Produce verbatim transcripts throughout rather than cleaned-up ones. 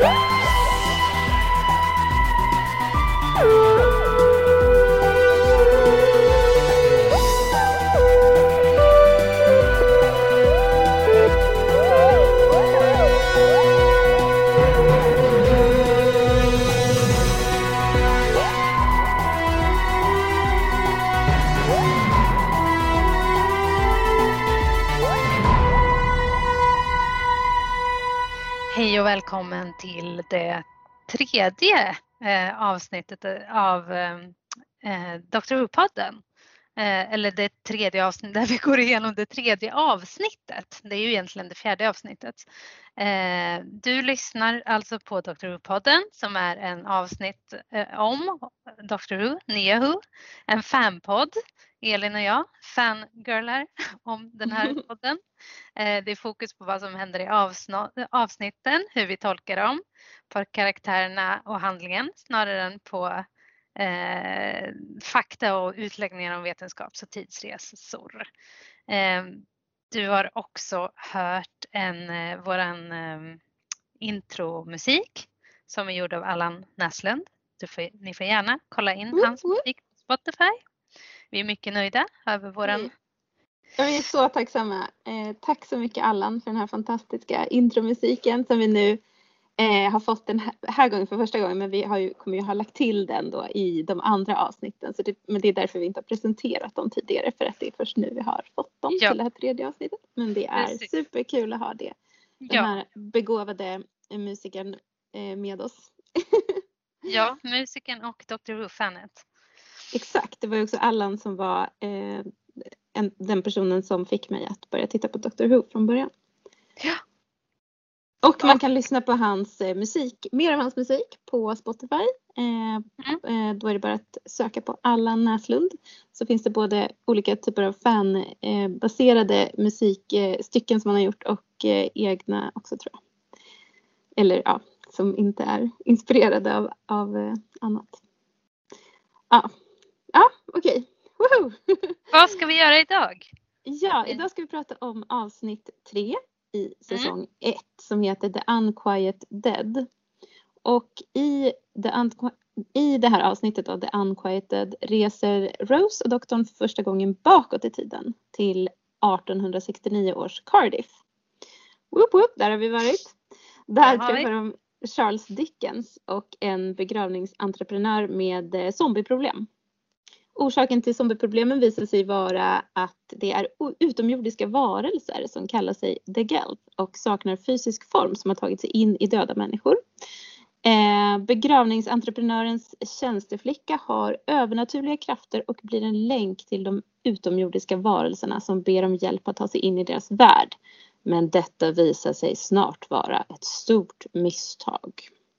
Hej och välkommen till det tredje eh, avsnittet av eh, Doctor Who-podden. Eh, eller det tredje avsnittet där vi går igenom det tredje avsnittet. Det är ju egentligen det fjärde avsnittet. Eh, du lyssnar alltså på Doctor Who-podden som är en avsnitt eh, om Doctor Who, Nya Who. En fanpodd. Elin och jag fangirlar om den här podden. Eh, det är fokus på vad som händer i avsn- avsnitten, hur vi tolkar dem, på karaktärerna och handlingen snarare än på eh, fakta och utläggningar om vetenskaps- och tidsresor. Eh, du har också hört en, eh, våran eh, intromusik som är gjord av Allan Näslund. Du får, ni får gärna kolla in woop, hans musik på Spotify. Vi är mycket nöjda över våran... Mm. Jag är så tacksamma. Eh, tack så mycket Allan för den här fantastiska intromusiken som vi nu eh, har fått den här, här gången för första gången. Men vi har ju, kommer ju ha lagt till den då i de andra avsnitten. Så det, men det är därför vi inte har presenterat dem tidigare. För att det är först nu vi har fått dem ja. till det här tredje avsnittet. Men det är Precis. superkul att ha det. Den ja. här begåvade musikern eh, med oss. Ja, musiken och Doctor Who-fanet. Exakt, det var ju också Allan som var eh, en, den personen som fick mig att börja titta på Doctor Who från början. Ja. Och man kan lyssna på hans eh, musik, mer av hans musik på Spotify. Eh, mm. eh, då är det bara att söka på Allan Näslund. Så finns det både olika typer av fanbaserade eh, musikstycken eh, som man har gjort och eh, egna också tror jag. Eller ja, som inte är inspirerade av, av eh, annat. Ja. Ja, okej. Okay. Vad ska vi göra idag? Ja, idag ska vi prata om avsnitt tre i säsong mm. ett som heter The Unquiet Dead. Och i, The Un- i det här avsnittet av The Unquiet Dead reser Rose och doktorn för första gången bakåt i tiden till arton sextionio års Cardiff. Woop woop, där har vi varit. Där träffar de Charles Dickens och en begravningsentreprenör med zombieproblem. Orsaken till zombieproblemen visar sig vara att det är utomjordiska varelser som kallar sig The Gelb och saknar fysisk form som har tagit sig in i döda människor. Eh, begravningsentreprenörens tjänsteflicka har övernaturliga krafter och blir en länk till de utomjordiska varelserna som ber om hjälp att ta sig in i deras värld. Men detta visar sig snart vara ett stort misstag.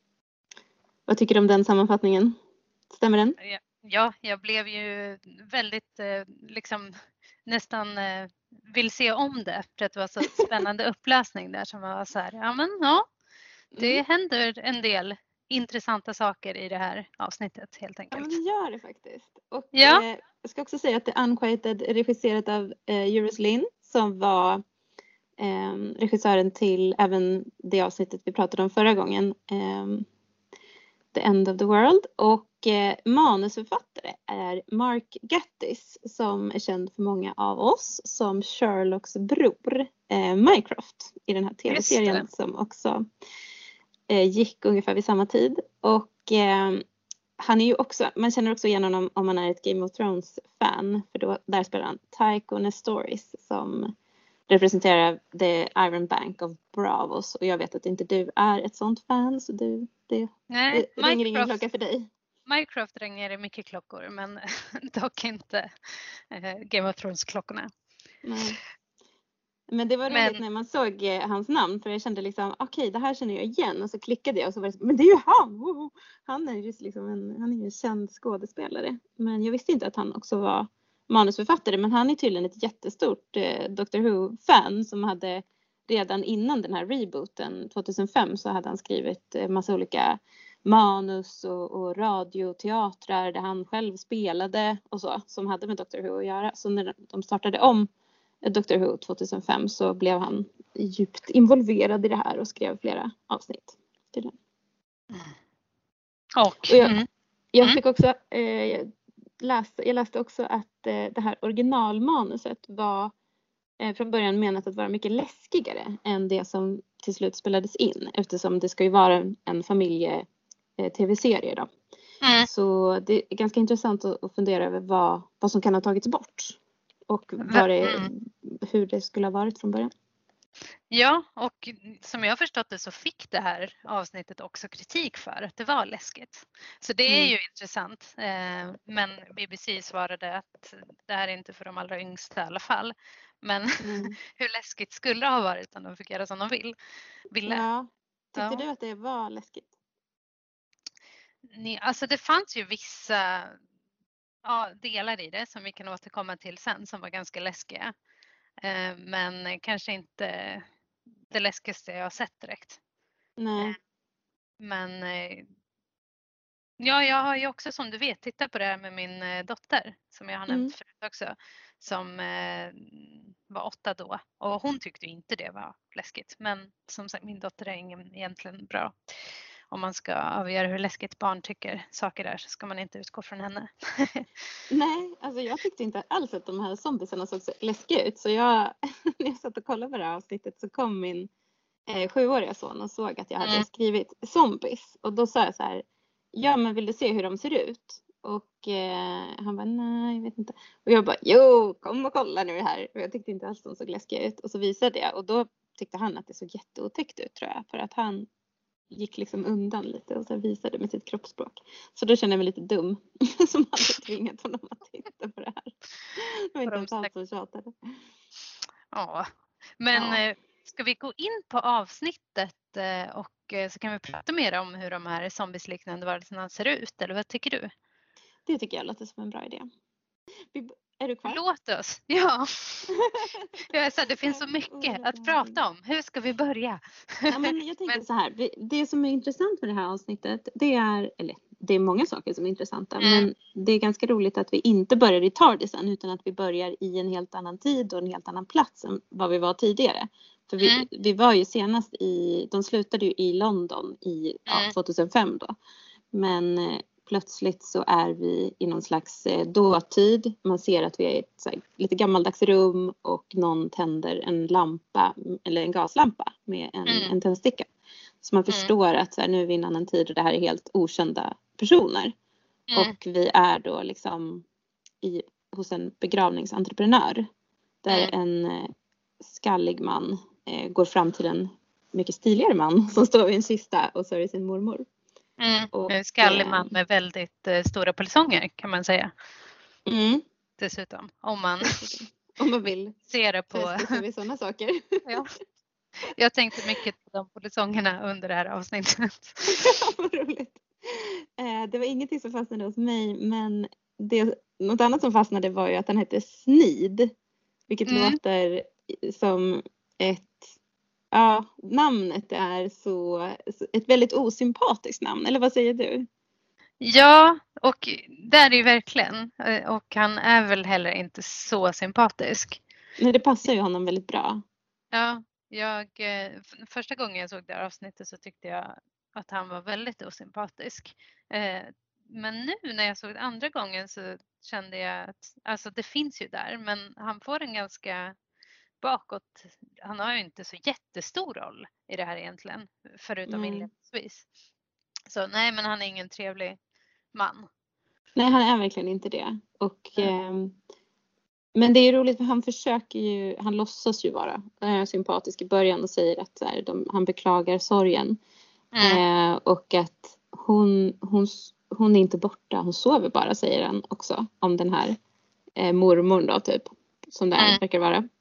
Vad tycker du om den sammanfattningen? Stämmer den? Ja, jag blev ju väldigt eh, liksom nästan eh, vill se om det för att det var så spännande upplösning där som var så här, ja men ja, det mm. händer en del intressanta saker i det här avsnittet helt enkelt. Ja, men det gör det faktiskt. Och ja. eh, jag ska också säga att The Unquieted är regisserat av eh, Euros Lyn som var eh, regissören till även det avsnittet vi pratade om förra gången. Eh, The End of the World. Och eh, manusförfattare är Mark Gatiss som är känd för många av oss som Sherlocks bror eh, Mycroft i den här tv-serien som också eh, gick ungefär vid samma tid. Och eh, han är ju också, man känner också igen honom om man är ett Game of Thrones-fan. För då, där spelar han Tycho Nestoris som representerar The Iron Bank of Bravos. Och jag vet att inte du är ett sånt fan. Så du, det, Nej, det ringer ingen klocka för dig. Mycroft ringer mycket klockor. Men dock inte eh, Game of Thrones-klockorna. Nej. Men det var roligt men... när man såg eh, hans namn. För jag kände liksom, okej okay, det här känner jag igen. Och så klickade jag och så var det så, men det är ju han! Woho! Han är ju liksom en, han är ju en känd skådespelare. Men jag visste inte att han också var manusförfattare, men han är tydligen ett jättestort eh, Doctor Who-fan som hade redan innan den här rebooten tjugohundrafem så hade han skrivit eh, massa olika manus och, och radioteatrar där han själv spelade och så som hade med Doctor Who att göra. Så när de startade om Doctor Who tjugohundrafem så blev han djupt involverad i det här och skrev flera avsnitt till den. Och, Och jag, mm, jag Mm. fick också eh, läsa, jag läste också att eh, det här originalmanuset var eh, från början menat att vara mycket läskigare än det som till slut spelades in, eftersom det ska ju vara en, en familje eh, tv-serie då. mm. Så det är ganska intressant att, att fundera över vad, vad som kan ha tagits bort och vad det, Mm. hur det skulle ha varit från början. Ja, och som jag har förstått det så fick det här avsnittet också kritik för att det var läskigt. Så det är Mm. ju intressant. Eh, Men B B C svarade att det här är inte för de allra yngsta i alla fall. Men Mm. hur läskigt skulle det ha varit om de fick göra som de vill, ville? Ja. Tyckte Ja. du att det var läskigt? Ni- Alltså det fanns ju vissa ja, delar i det som vi kan återkomma till sen som var ganska läskiga. Eh, Men kanske inte det läskigaste jag har sett direkt. Nej. Men eh, ja, jag har ju också som du vet tittat på det här med min eh, dotter som jag har nämnt Mm. förut också. Som eh, var åtta då och hon tyckte ju inte det var läskigt. Men som sagt min dotter är ingen egentligen bra. Om man ska avgöra hur läskigt barn tycker saker är så ska man inte utgå från henne. Nej, alltså jag tyckte inte alls att de här zombiesarna såg så läskiga ut. Så jag, när jag satt och kollade på det här avsnittet så kom min eh, sjuåriga son och såg att jag hade Mm. skrivit zombies. Och då sa jag så här, ja men vill du se hur de ser ut? Och eh, han bara, nej jag vet inte. Och jag bara, jo kom och kolla nu här. Och jag tyckte inte alls de såg läskiga ut. Och så visade jag och då tyckte han att det såg jätteotäckt ut tror jag. För att han gick liksom undan lite och så visade med sitt kroppsspråk. Så då kände jag mig lite dum som hade tvingat honom att titta på det här. Det var inte ens han som tjatade. Ja, men Ja. eh, ska vi gå in på avsnittet eh, och eh, så kan vi prata mer om hur de här zombiesliknande varelserna ser ut, eller vad tycker du? Det tycker jag låter som en bra idé. Vi, är du kvar? Låt oss, ja. Jag är så här, det finns så Ja, mycket oroligt att med prata någonting. om. Hur ska vi börja? Ja, men jag tänkte Men- så här. vi- Det som är intressant med det här avsnittet, det är, eller det är många saker som är intressanta, Mm. men det är ganska roligt att vi inte börjar i TARDISen utan att vi börjar i en helt annan tid och en helt annan plats än vad vi var tidigare. För vi, Mm. vi var ju senast i, de slutade ju i London i ja, Mm. tjugohundrafem då. Men eh, plötsligt så är vi i någon slags eh, dåtid. Man ser att vi är i ett så här, lite gammaldags rum och någon tänder en lampa eller en gaslampa med en, Mm. en tändsticka. Så man förstår att så här, nu är vi i en annan tid och det här är helt okända personer. Mm. Och vi är då liksom i, hos en begravningsentreprenör. Där Mm. en eh, skallig man eh, går fram till en mycket stiligare man som står vid en kista och sörjer sin mormor. Mm. Och, En skallig eh, man med väldigt eh, stora polisonger kan man säga. Mm, Dessutom, om man om man vill ser det på... fästa sig vid sådana saker. Ja. Jag tänkte mycket på de polisongerna under det här avsnittet. Vad roligt. Eh, det var ingenting som fastnade hos mig, men det, något annat som fastnade var ju att han hette Sneed. Vilket Mm. låter som ett, ja, namnet är så, ett väldigt osympatiskt namn. Eller vad säger du? Ja, och det är det ju verkligen. Eh, Och han är väl heller inte så sympatisk. Nej, det passar ju honom väldigt bra. Ja, jag, eh, f- första gången jag såg det här avsnittet så tyckte jag att han var väldigt osympatisk. Eh, Men nu när jag såg det andra gången så kände jag att alltså det finns ju där, men han får en ganska bakåt. Han har ju inte så jättestor roll i det här egentligen, förutom Nej. inledningsvis. Så nej, men han är ingen trevlig man. Nej, han är verkligen inte det. Och, Mm. ehm, men det är roligt för han försöker ju, han låtsas ju vara eh, sympatisk i början och säger att så här, de, han beklagar sorgen. Mm. Eh, och att hon, hon, hon är inte borta, hon sover bara, säger han också om den här eh, mormor då typ, som det här Mm. verkar vara.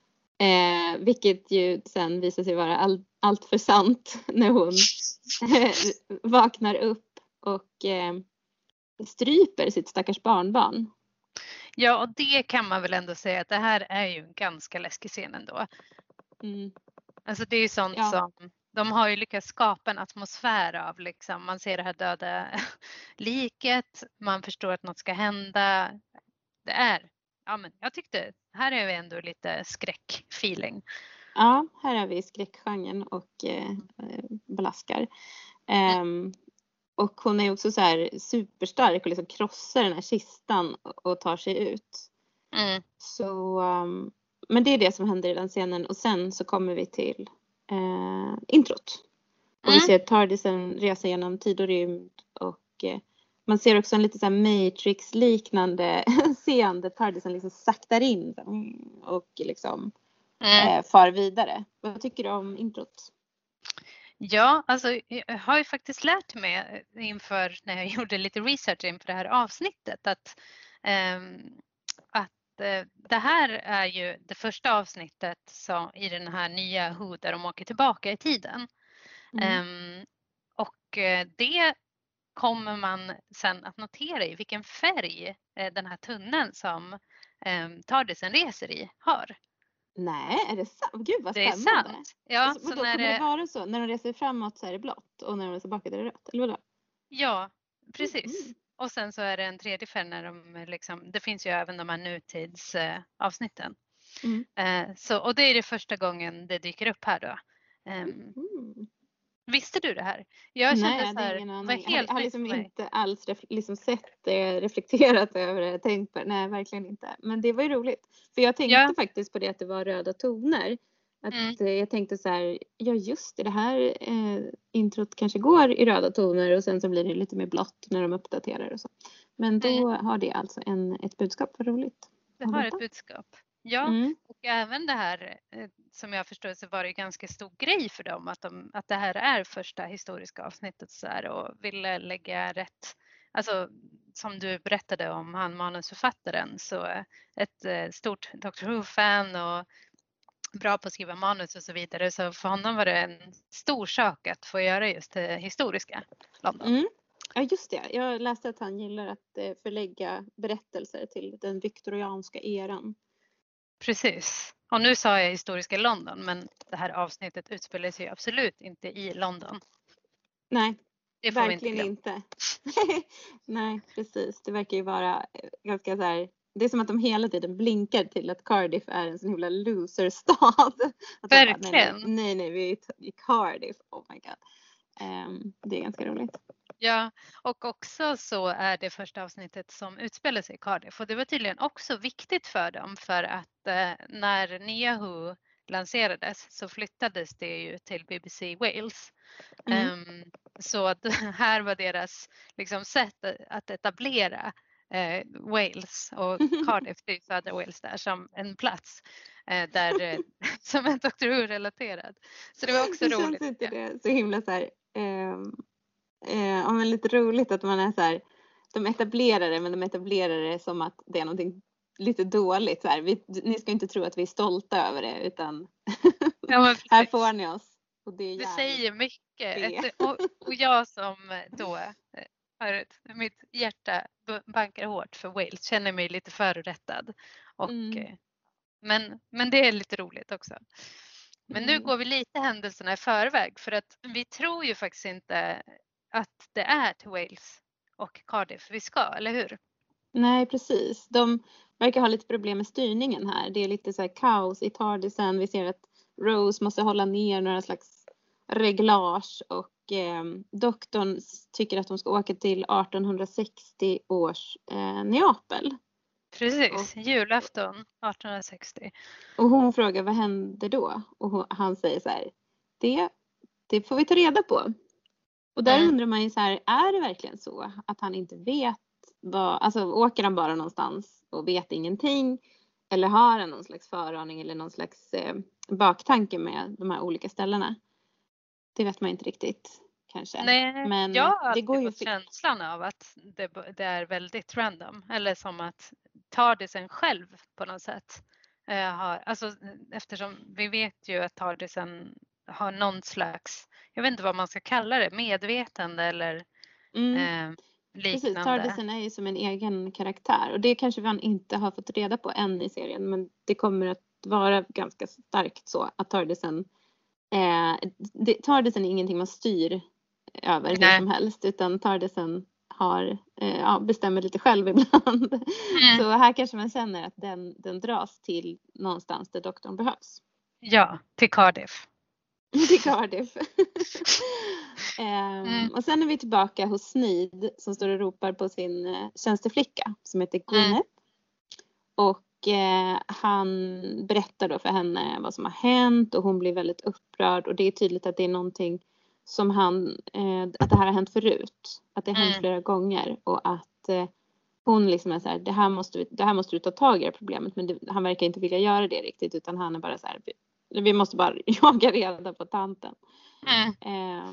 Eh, vilket ju sen visar sig vara all, allt för sant när hon eh, vaknar upp och eh, stryper sitt stackars barnbarn. Ja, och det kan man väl ändå säga att det här är ju en ganska läskig scen ändå. Mm. Alltså det är ju sånt Ja. som, de har ju lyckats skapa en atmosfär av liksom, man ser det här döda liket, man förstår att något ska hända. Det är, ja men jag tyckte, här är vi ändå lite skräckfeeling. Ja, här har vi skräckgenren och eh, blaskar. Um, Och hon är också så här superstark och liksom krossar den här kistan och, och tar sig ut. Mm. Så, um, men det är det som händer i den scenen. Och sen så kommer vi till eh, introt. Och Mm. vi ser Tardisen resa genom tid och rymd. Och eh, man ser också en lite så här Matrix-liknande scen där Tardisen liksom saktar in och liksom Mm. eh, far vidare. Vad tycker du om introt? Ja, alltså jag har ju faktiskt lärt mig inför när jag gjorde lite research inför det här avsnittet att, um, att uh, det här är ju det första avsnittet som, i den här nya Who där de åker tillbaka i tiden. Mm. Um, och uh, det kommer man sen att notera i vilken färg uh, den här tunneln som um, Tardisen reser i har. Nej, är det sant? Gud vad Det är spännande. sant. Ja, alltså, så vadå, när kommer det det, vara så? När de reser framåt så är det blått och när de reser bakåt är det rött? Eller vadå? ja, precis. Mm. Och sen så är det en tredje färg när de liksom, det finns ju även de här nutidsavsnitten. Mm. Eh, så, och det är det första gången det dyker upp här då. Um, Mm. Visste du det här? Jag Nej, kände jag så hade här, ingen det var aning. Jag helt har, har nytt liksom för mig. inte alls ref, liksom sett det, reflekterat över det, tänkt på det. Nej, verkligen inte. Men det var ju roligt. För jag tänkte Ja. faktiskt på det att det var röda toner. Att Mm. eh, jag tänkte så här, ja just det, det här eh, introt kanske går i röda toner och sen så blir det lite mer blått när de uppdaterar och så. Men då Mm. har det alltså en, ett budskap, vad roligt. Det har ett budskap. Ja, Mm. och även det här eh, som jag förstår så var det ganska stor grej för dem att, de, att det här är första historiska avsnittet så här, och ville lägga rätt, alltså som du berättade om han manusförfattaren, så ett eh, stort Doctor Who-fan och bra på att skriva manus och så vidare, så för honom var det en stor sak att få göra just det historiska London. Mm. Ja just det, jag läste att han gillar att eh, förlägga berättelser till den viktorianska eran. Precis. Och nu sa jag historiska London, men det här avsnittet utspelar sig absolut inte i London. Nej, det får verkligen vi inte. inte. Nej, precis. Det verkar ju vara ganska så här. Det är som att de hela tiden blinkar till att Cardiff är en sån himla loserstad. Att Verkligen. Bara, nej, nej, nej, vi är i Cardiff. Oh my god. Um, det är ganska roligt. Ja, och också så är det första avsnittet som utspelar sig i Cardiff. Och det var tydligen också viktigt för dem för att eh, när nya Who lanserades så flyttades det ju till B B C Wales. Mm. Um, så att här var deras liksom, sätt att etablera eh, Wales och Cardiff, det är södra Wales där, som en plats eh, där, eh, som är Doctor Who-relaterad. Så det var också det roligt. Det känns inte det så himla så här, eh, eh, men lite roligt att man är så här, de etablerar det, men de etablerar det som att det är någonting lite dåligt. Så här. Vi, ni ska inte tro att vi är stolta över det, utan ja, här får ni oss. Och det, är det säger mycket. Det. Ett, och, och jag som då har ett, mitt hjärta bankar hårt för Wales, känner mig lite förorättad. Och, Mm. men, men det är lite roligt också. Men nu Mm. går vi lite händelserna i förväg, för att vi tror ju faktiskt inte att det är till Wales och Cardiff vi ska, eller hur? Nej, precis. De verkar ha lite problem med styrningen här. Det är lite så här kaos i Tardisen. Vi ser att Rose måste hålla ner några slags reglage och eh, doktorn tycker att de ska åka till artonhundrasextio års eh, Neapel. Precis, och, julafton artonhundrasextio. Och hon frågar vad händer då? Och hon, han säger så här, det, det får vi ta reda på. Och där mm. undrar man ju så här, är det verkligen så att han inte vet vad, alltså åker han bara någonstans och vet ingenting? Eller har han någon slags föraning eller någon slags eh, baktanke med de här olika ställena? Det vet man inte riktigt kanske. Nej, men jag har det går ju fått känslan av att det, det är väldigt random. Eller som att Tardisen själv på något sätt eh, har, alltså eftersom vi vet ju att Tardisen har någon slags, jag vet inte vad man ska kalla det, medvetande eller mm. eh, liknande. Precis, Tardisen är ju som en egen karaktär och det kanske vi inte har fått reda på än i serien, men det kommer att vara ganska starkt så att Tardisen eh, det, Tardisen är ingenting man styr över hur som helst, utan Tardisen har, eh, ja, bestämmer lite själv ibland. Mm. Så här kanske man känner att den, den dras till någonstans där doktorn behövs. Ja, till Cardiff. Till Cardiff. Um, Mm. Och sen är vi tillbaka hos Sneed som står och ropar på sin uh, tjänsteflicka som heter Gwyneth. Mm. Och eh, han berättar då för henne vad som har hänt och hon blir väldigt upprörd. Och det är tydligt att det är någonting som han, eh, att det här har hänt förut. Att det har hänt mm. flera gånger och att eh, hon liksom är så här, det här måste, vi, det här måste du ta tag i det problemet. Men det, han verkar inte vilja göra det riktigt utan han är bara så här, vi, vi måste bara jaga reda på tanten. Mm. Eh,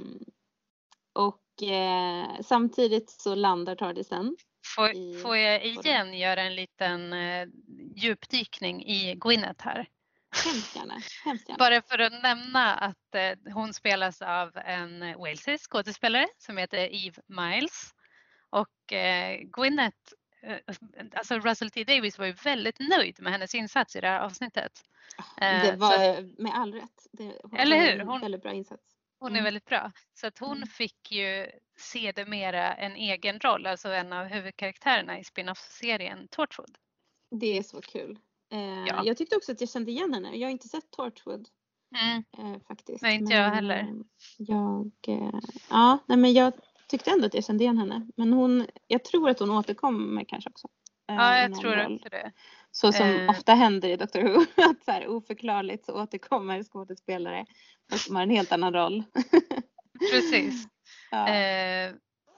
och eh, samtidigt så landar Tardisen. Får, i, får jag igen göra en liten eh, djupdykning i Gwyneth här? Hemskt gärna. Hemskt gärna. Bara för att nämna att eh, hon spelas av en walesisk skådespelare som heter Eve Miles. Och eh, Gwyneth, eh, alltså Russell T Davies var ju väldigt nöjd med hennes insats i det här avsnittet. Eh, det var så, med all rätt. Det var eller hur? En hon, väldigt bra insats. Hon är mm. väldigt bra. Så att hon mm. fick ju se det mera en egen roll. Alltså en av huvudkaraktärerna i spin-off-serien Torchwood. Det är så kul. Eh, ja. Jag tyckte också att jag kände igen henne. Jag har inte sett Torchwood. Mm. Eh, faktiskt. Nej, inte men, jag heller. Jag, eh, ja, nej, men jag tyckte ändå att jag kände igen henne. Men hon, jag tror att hon återkommer kanske också. Eh, ja, jag tror roll. också det. Så som eh. ofta händer i Doctor Who. Att så här, oförklarligt så återkommer skådespelare. Fast de har en helt annan roll. Precis. Ja. Eh,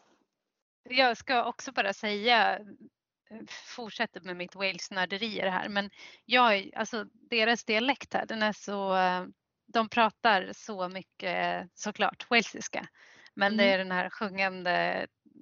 jag ska också bara säga, fortsätter med mitt Wales-nörderier här. Men jag, alltså deras dialekt här, den är så, de pratar så mycket såklart walesiska. Men mm. det är den här sjungande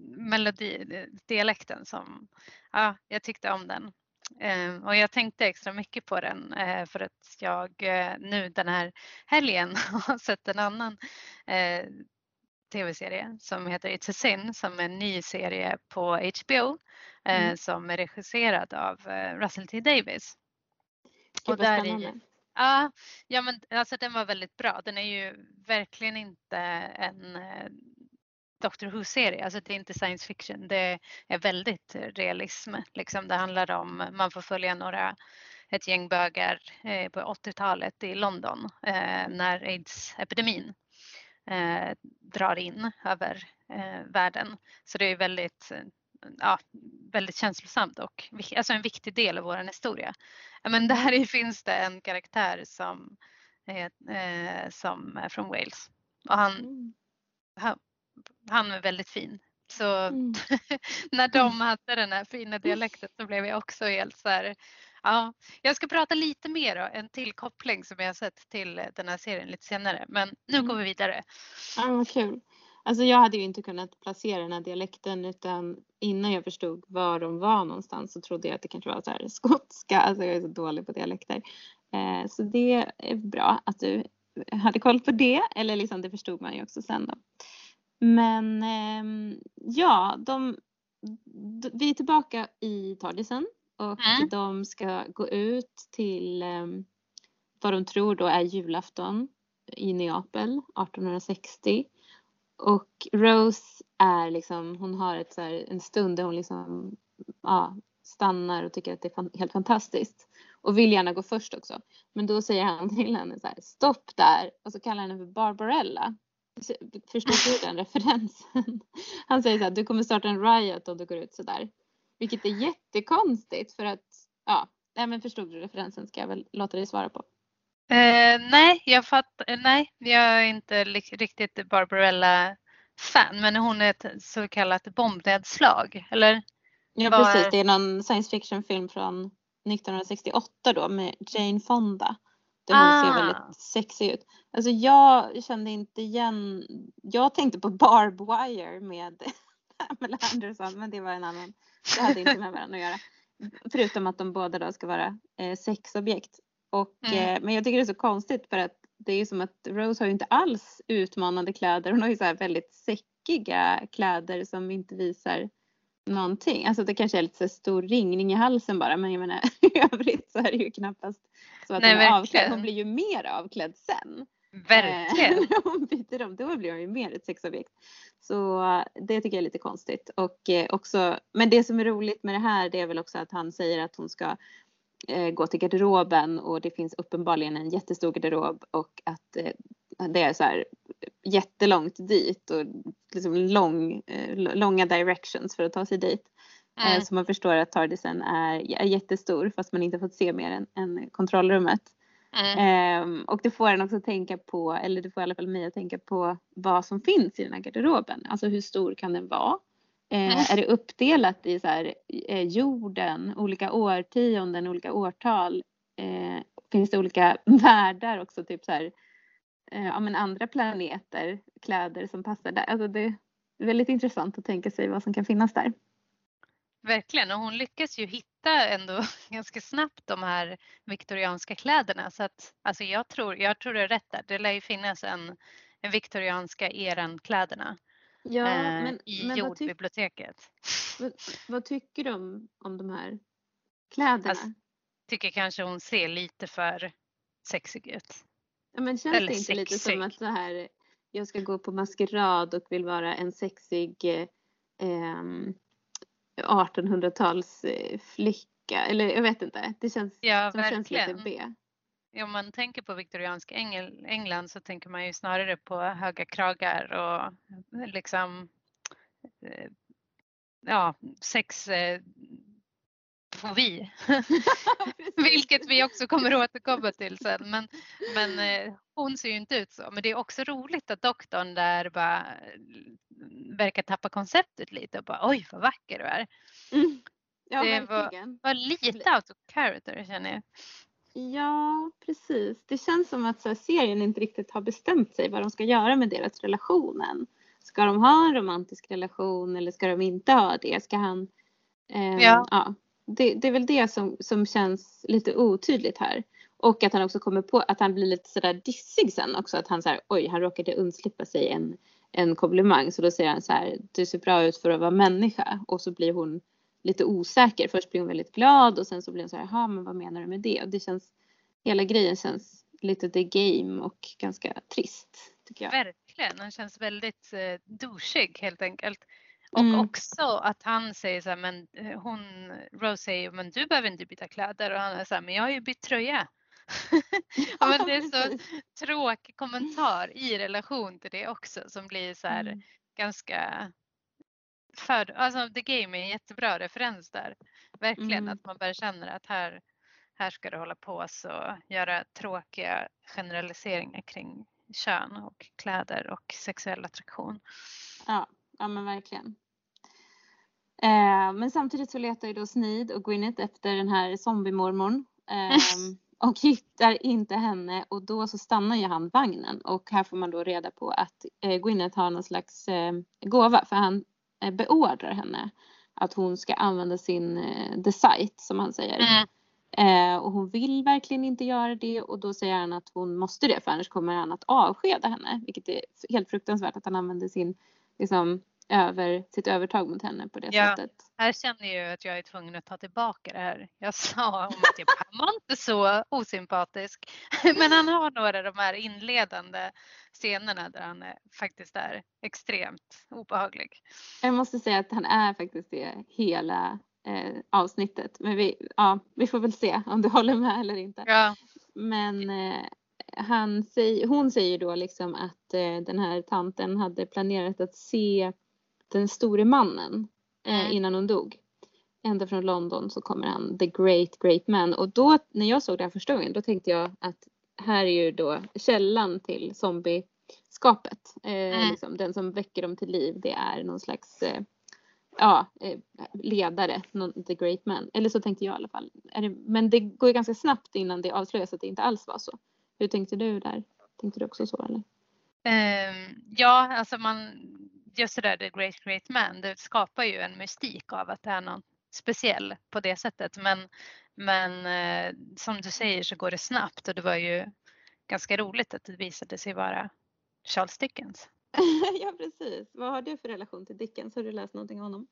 melodidialekten som, ja, jag tyckte om den. Eh, och jag tänkte extra mycket på den eh, för att jag eh, nu den här helgen har sett en annan eh, tv-serie som heter It's a Sin som är en ny serie på H B O eh, mm. som är regisserad av eh, Russell T Davies. Gud, och där i, ja, ja, men alltså den var väldigt bra. Den är ju verkligen inte en eh, Doctor Who-serie, alltså det är inte science fiction, det är väldigt realism. Liksom det handlar om, man får följa några, ett gäng bögar eh, på åttiotalet i London eh, när AIDS-epidemin eh, drar in över eh, världen. Så det är väldigt, ja, väldigt känslosamt och alltså en viktig del av vår historia. Men där finns det en karaktär som, eh, som är från Wales och han, mm. han Han är väldigt fin. Så mm. när de hade den här fina dialekten så blev jag också helt så här. Ja, jag ska prata lite mer då, en tillkoppling som jag har sett till den här serien lite senare. Men nu mm. går vi vidare. Ja, vad kul. Alltså jag hade ju inte kunnat placera den här dialekten utan innan jag förstod var de var någonstans så trodde jag att det kanske var så här skotska. Alltså jag är så dålig på dialekter. Eh, så det är bra att du hade koll på det. Eller liksom det förstod man ju också sen då. Men eh, ja, de, de, vi är tillbaka i Tardisen och mm. de ska gå ut till eh, vad de tror då är julafton i Neapel arton sextio. Och Rose är liksom, hon har ett så här, en stund där hon liksom ja, stannar och tycker att det är fan, helt fantastiskt. Och vill gärna gå först också. Men då säger han till henne så här, stopp där. Och så kallar han henne för Barbarella. Förstår du den referensen? Han säger så här, du kommer starta en riot om du går ut så där. Vilket är jättekonstigt för att, ja, nej men förstod du referensen ska jag väl låta dig svara på. Eh, nej, jag fattar, nej, jag är inte riktigt Barbarella-fan, men hon är ett så kallat bombnedslag, eller? Ja, var... precis, det är någon science fiction-film från nittonhundrasextioåtta då med Jane Fonda. Där hon ah. ser väldigt sexig ut. Alltså jag kände inte igen, jag tänkte på Barb Wire med Pamela Anderson, men det var en annan, det hade inte med varandra att göra. Förutom att de båda då ska vara eh, sexobjekt. Och, mm. eh, men jag tycker det är så konstigt för att det är som att Rose har ju inte alls utmanande kläder. Hon har ju så här väldigt säckiga kläder som inte visar någonting. Alltså det kanske är lite så stor ringning i halsen bara. Men jag menar i övrigt så är det ju knappast så att Nej, hon är avklädd. Hon blir ju mer avklädd sen. Verkligen. Eh, hon byter om, då blir hon ju mer ett sexobjekt. Så det tycker jag är lite konstigt. Och eh, också, men det som är roligt med det här det är väl också att han säger att hon ska gå till garderoben och det finns uppenbarligen en jättestor garderob och att eh, det är så här jättelångt dit och liksom lång, långa directions för att ta sig dit. Mm. Så man förstår att TARDISen är, är jättestor fast man inte fått se mer än, än kontrollrummet. Mm. Um, och det får en också tänka på, eller det får i alla fall mig att tänka på vad som finns i den här garderoben. Alltså hur stor kan den vara? Uh, mm. Är det uppdelat i så här, uh, jorden, olika årtionden, olika årtal? Uh, finns det olika världar också, typ så här, uh, ja, men andra planeter, kläder som passar där? Alltså det är väldigt intressant att tänka sig vad som kan finnas där. Verkligen, och hon lyckas ju hitta ändå ganska snabbt de här viktorianska kläderna. Så att, alltså jag tror, jag tror det är rätt där. Det lär ju finnas en, en viktorianska eran kläderna ja, eh, men, i men jordbiblioteket. Vad, vad tycker du om, om de här kläderna? Alltså, tycker kanske hon ser lite för sexig ut. Ja, men känns Eller det inte sexig. Lite som att så här, jag ska gå på maskerad och vill vara en sexig eh, artonhundratals flicka, eller jag vet inte, det känns, ja, som känns lite B. Ja, om man tänker på viktoriansk Engel, England så tänker man ju snarare på höga kragar och liksom ja, sex eh, fobi. Vilket vi också kommer att återkomma till sen. Men, men eh, hon ser ju inte ut så. Men det är också roligt att doktorn där bara verkar tappa konceptet lite och bara oj vad vacker du är. Mm. Ja, det verkligen. var, var lite out of character känner jag. Ja, precis. Det känns som att så här, serien inte riktigt har bestämt sig vad de ska göra med deras relationen. Ska de ha en romantisk relation eller ska de inte ha det? Ska han... Eh, ja. ja det, det är väl det som, som känns lite otydligt här. Och att han också kommer på att han blir lite sådär dissig sen också. Att han så här, oj, han råkade undslippa sig en, en komplimang. Så då säger han så här, du ser bra ut för att vara människa. Och så blir hon lite osäker. Först blir hon väldigt glad och sen så blir hon så här, jaha, men vad menar du med det? Och det känns, hela grejen känns lite the game och ganska trist, tycker jag. Verkligen, han känns väldigt eh, douchig helt enkelt. Och mm. också att han säger så här, men hon, Rose säger, men du behöver inte byta kläder. Och han är så här, men jag har ju bytt tröja. Ja, men det är så tråkig kommentar i relation till det också som blir så här mm. ganska för, alltså The Game är en jättebra referens där. Verkligen mm. att man bara känner att här, här ska det hålla på så göra tråkiga generaliseringar kring kön och kläder och sexuell attraktion. Ja, ja men verkligen. Eh, men samtidigt så letar ju då Sneed och Gwyneth efter den här zombiemormorn. Eh, och hittar inte henne och då så stannar ju han vagnen. Och här får man då reda på att eh, Gwyneth har någon slags eh, gåva för han eh, beordrar henne att hon ska använda sin eh, the site som han säger. Mm. Eh, och hon vill verkligen inte göra det och då säger han att hon måste det för annars kommer han att avskeda henne. Vilket är helt fruktansvärt att han använder sin liksom över sitt övertag mot henne på det ja, sättet. Här känner jag att jag är tvungen att ta tillbaka det här. Jag sa om att jag, han var inte så osympatisk. Men han har några av de här inledande scenerna där han är, faktiskt är extremt obehaglig. Jag måste säga att han är faktiskt det hela eh, avsnittet. Men vi, ja, vi får väl se om du håller med eller inte. Ja. Men eh, han säger, hon säger då liksom att eh, den här tanten hade planerat att se den store mannen eh, mm. innan hon dog. Ända från London så kommer han, the great great man. Och då när jag såg det här första gången då tänkte jag att här är ju då källan till zombieskapet. Eh, mm. liksom, den som väcker dem till liv det är någon slags eh, ja, eh, ledare, någon, the great man. Eller så tänkte jag i alla fall. Är det, men det går ju ganska snabbt innan det avslöjas att det inte alls var så. Hur tänkte du där? Tänkte du också så eller? Um, ja, alltså man just det där the great great man, det skapar ju en mystik av att det är någon speciell på det sättet. Men, men eh, som du säger så går det snabbt och det var ju ganska roligt att det visade sig vara Charles Dickens. Ja, precis. Vad har du för relation till Dickens? Har du läst någonting om honom?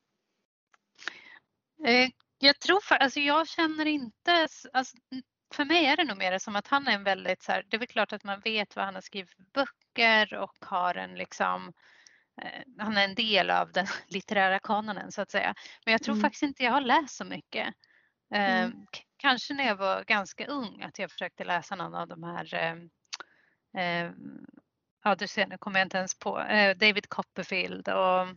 Eh, jag tror för, alltså jag känner inte, alltså, för mig är det nog mer som att han är en väldigt så här, det är väl klart att man vet vad han har skrivit för böcker och har en liksom han är en del av den litterära kanonen så att säga. Men jag tror mm. faktiskt inte jag har läst så mycket. Mm. Eh, kanske när jag var ganska ung att jag försökte läsa någon av de här eh, ja du ser, nu kommer jag inte ens på, eh, David Copperfield och,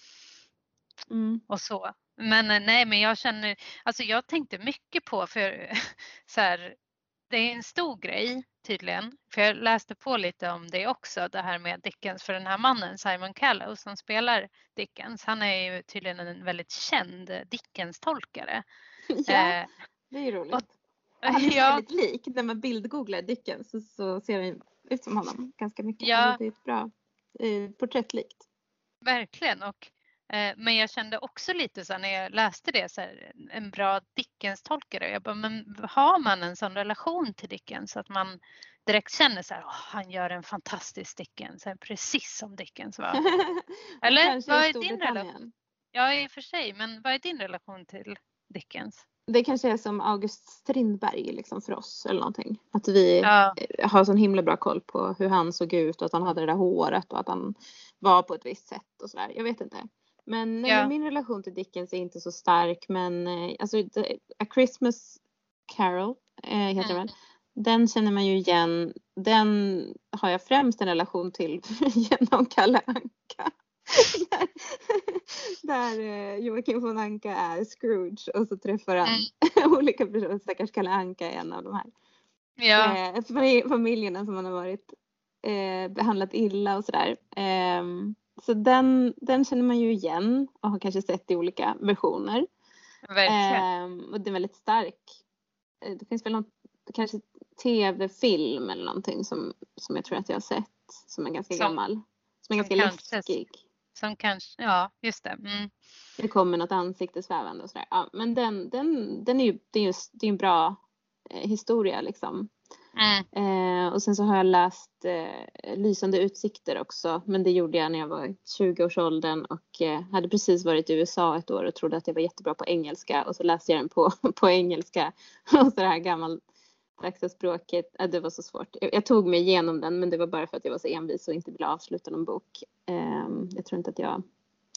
Mm. och så. Men eh, nej, men jag känner, alltså jag tänkte mycket på, för så här, det är en stor grej tydligen, för jag läste på lite om det också, det här med Dickens, för den här mannen Simon Callow som spelar Dickens, han är ju tydligen en väldigt känd Dickens-tolkare. Ja, Eh, det är ju roligt. och, Han är ja, väldigt lik. När man bildgooglar Dickens så, så ser han ut som honom ganska mycket. Ja. Alltså, det är ett bra eh, porträttlikt. verkligen. Och, eh, men jag kände också lite så när jag läste det, så här, en bra Dickens-tolkare. Jag bara, men har man en sån relation till Dickens så att man direkt känner så här, "Åh, han gör en fantastisk Dickens, så här, precis som Dickens var." Eller Kanske vad i är din relation? Storbritannien. Ja, i och för sig, men vad är din relation till Dickens? Det kanske är som August Strindberg liksom för oss eller någonting. Att vi Ja, har sån himla bra koll på hur han såg ut och att han hade det där håret och att han var på ett visst sätt och sådär. Jag vet inte. Men, nej, Ja. men min relation till Dickens är inte så stark. Men eh, alltså the, A Christmas Carol eh, heter Mm. den väl. Den känner man ju igen. Den har jag främst en relation till genom Kalle Anka. där där eh, Joakim von Anka är Scrooge och så träffar han Mm. olika personer. Stackars Kalle Anka är en av de här Ja, eh, famil- familjerna som man har varit eh, behandlat illa och sådär. Eh, så den, den känner man ju igen och har kanske sett i olika versioner. verkligen. Eh, och det är väldigt stark. Eh, det finns väl någon kanske tv-film eller någonting som, som jag tror att jag har sett som är ganska Som- gammal. Som är som ganska kanske- läskig. Som kanske, ja just det. Mm. Det kommer något ansikte svävande och sådär. Ja, men den, den, den är ju, det är ju det är en bra eh, historia liksom. Mm. Eh, och sen så har jag läst eh, Lysande utsikter också. Men det gjorde jag när jag var i tjugo-årsåldern och eh, hade precis varit i U S A ett år och trodde att jag var jättebra på engelska. Och så läste jag den på, på engelska. Och så det här gammaldags språket. Eh, det var så svårt. Jag, jag tog mig igenom den, men det var bara för att jag var så envis och inte ville avsluta någon bok. Eh, jag tror inte att jag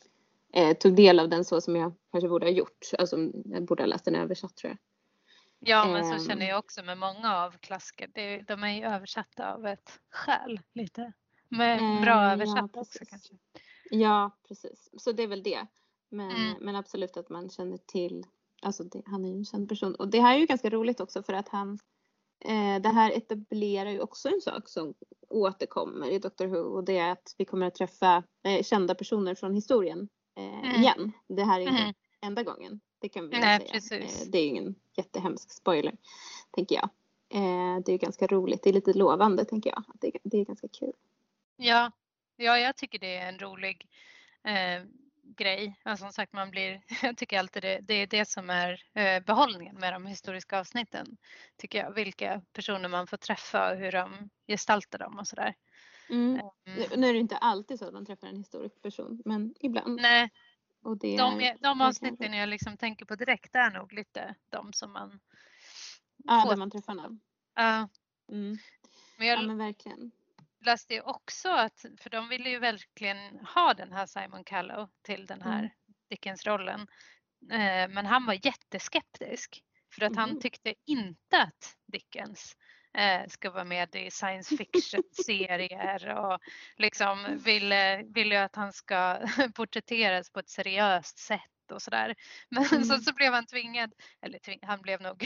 eh, tog del av den så som jag kanske borde ha gjort. Alltså jag borde ha läst den översatt tror jag. Ja, men Ehm. så känner jag också med många av klassiker. Det, de är ju översatta av ett skäl lite. Med Eh, bra ja, översatta också precis. kanske. Ja, precis. Så det är väl det. Men, Mm. men absolut att man känner till, alltså det, han är ju en känd person. Och det här är ju ganska roligt också för att han, eh, det här etablerar ju också en sak som återkommer i Doctor Who. Och det är att vi kommer att träffa eh, kända personer från historien eh, Mm. igen. Det här är inte Mm. enda gången. Det kan vi väl Nej, säga. precis. Eh, det är ju ingen jättehemsk spoiler, tänker jag. Eh, det är ju ganska roligt. Det är lite lovande, tänker jag. Att det, det är ganska kul. Ja, ja, jag tycker det är en rolig eh, grej. Ja, som sagt, man blir, jag tycker alltid det, det är det som är eh, behållningen med de historiska avsnitten. Tycker jag, vilka personer man får träffa och hur de gestaltar dem och sådär. Mm. Mm. Nu är det inte alltid så att man träffar en historisk person, men ibland. Nej, Och det de, är de verkligen avsnitten roligt. jag liksom tänker på direkt är nog lite de som man Ja, får. där man träffar någon. Ja, Mm. men jag Ja, men verkligen. läste ju också att, för de ville ju verkligen ha den här Simon Callow till den här Mm. Dickens-rollen. Eh, men han var jätteskeptisk. För att han Mhm. tyckte inte att Dickens eh, ska vara med i science fiction-serier och liksom ville, ville att han ska porträtteras på ett seriöst sätt och sådär. Men Mm. så, så blev han tvingad, eller tving, han blev nog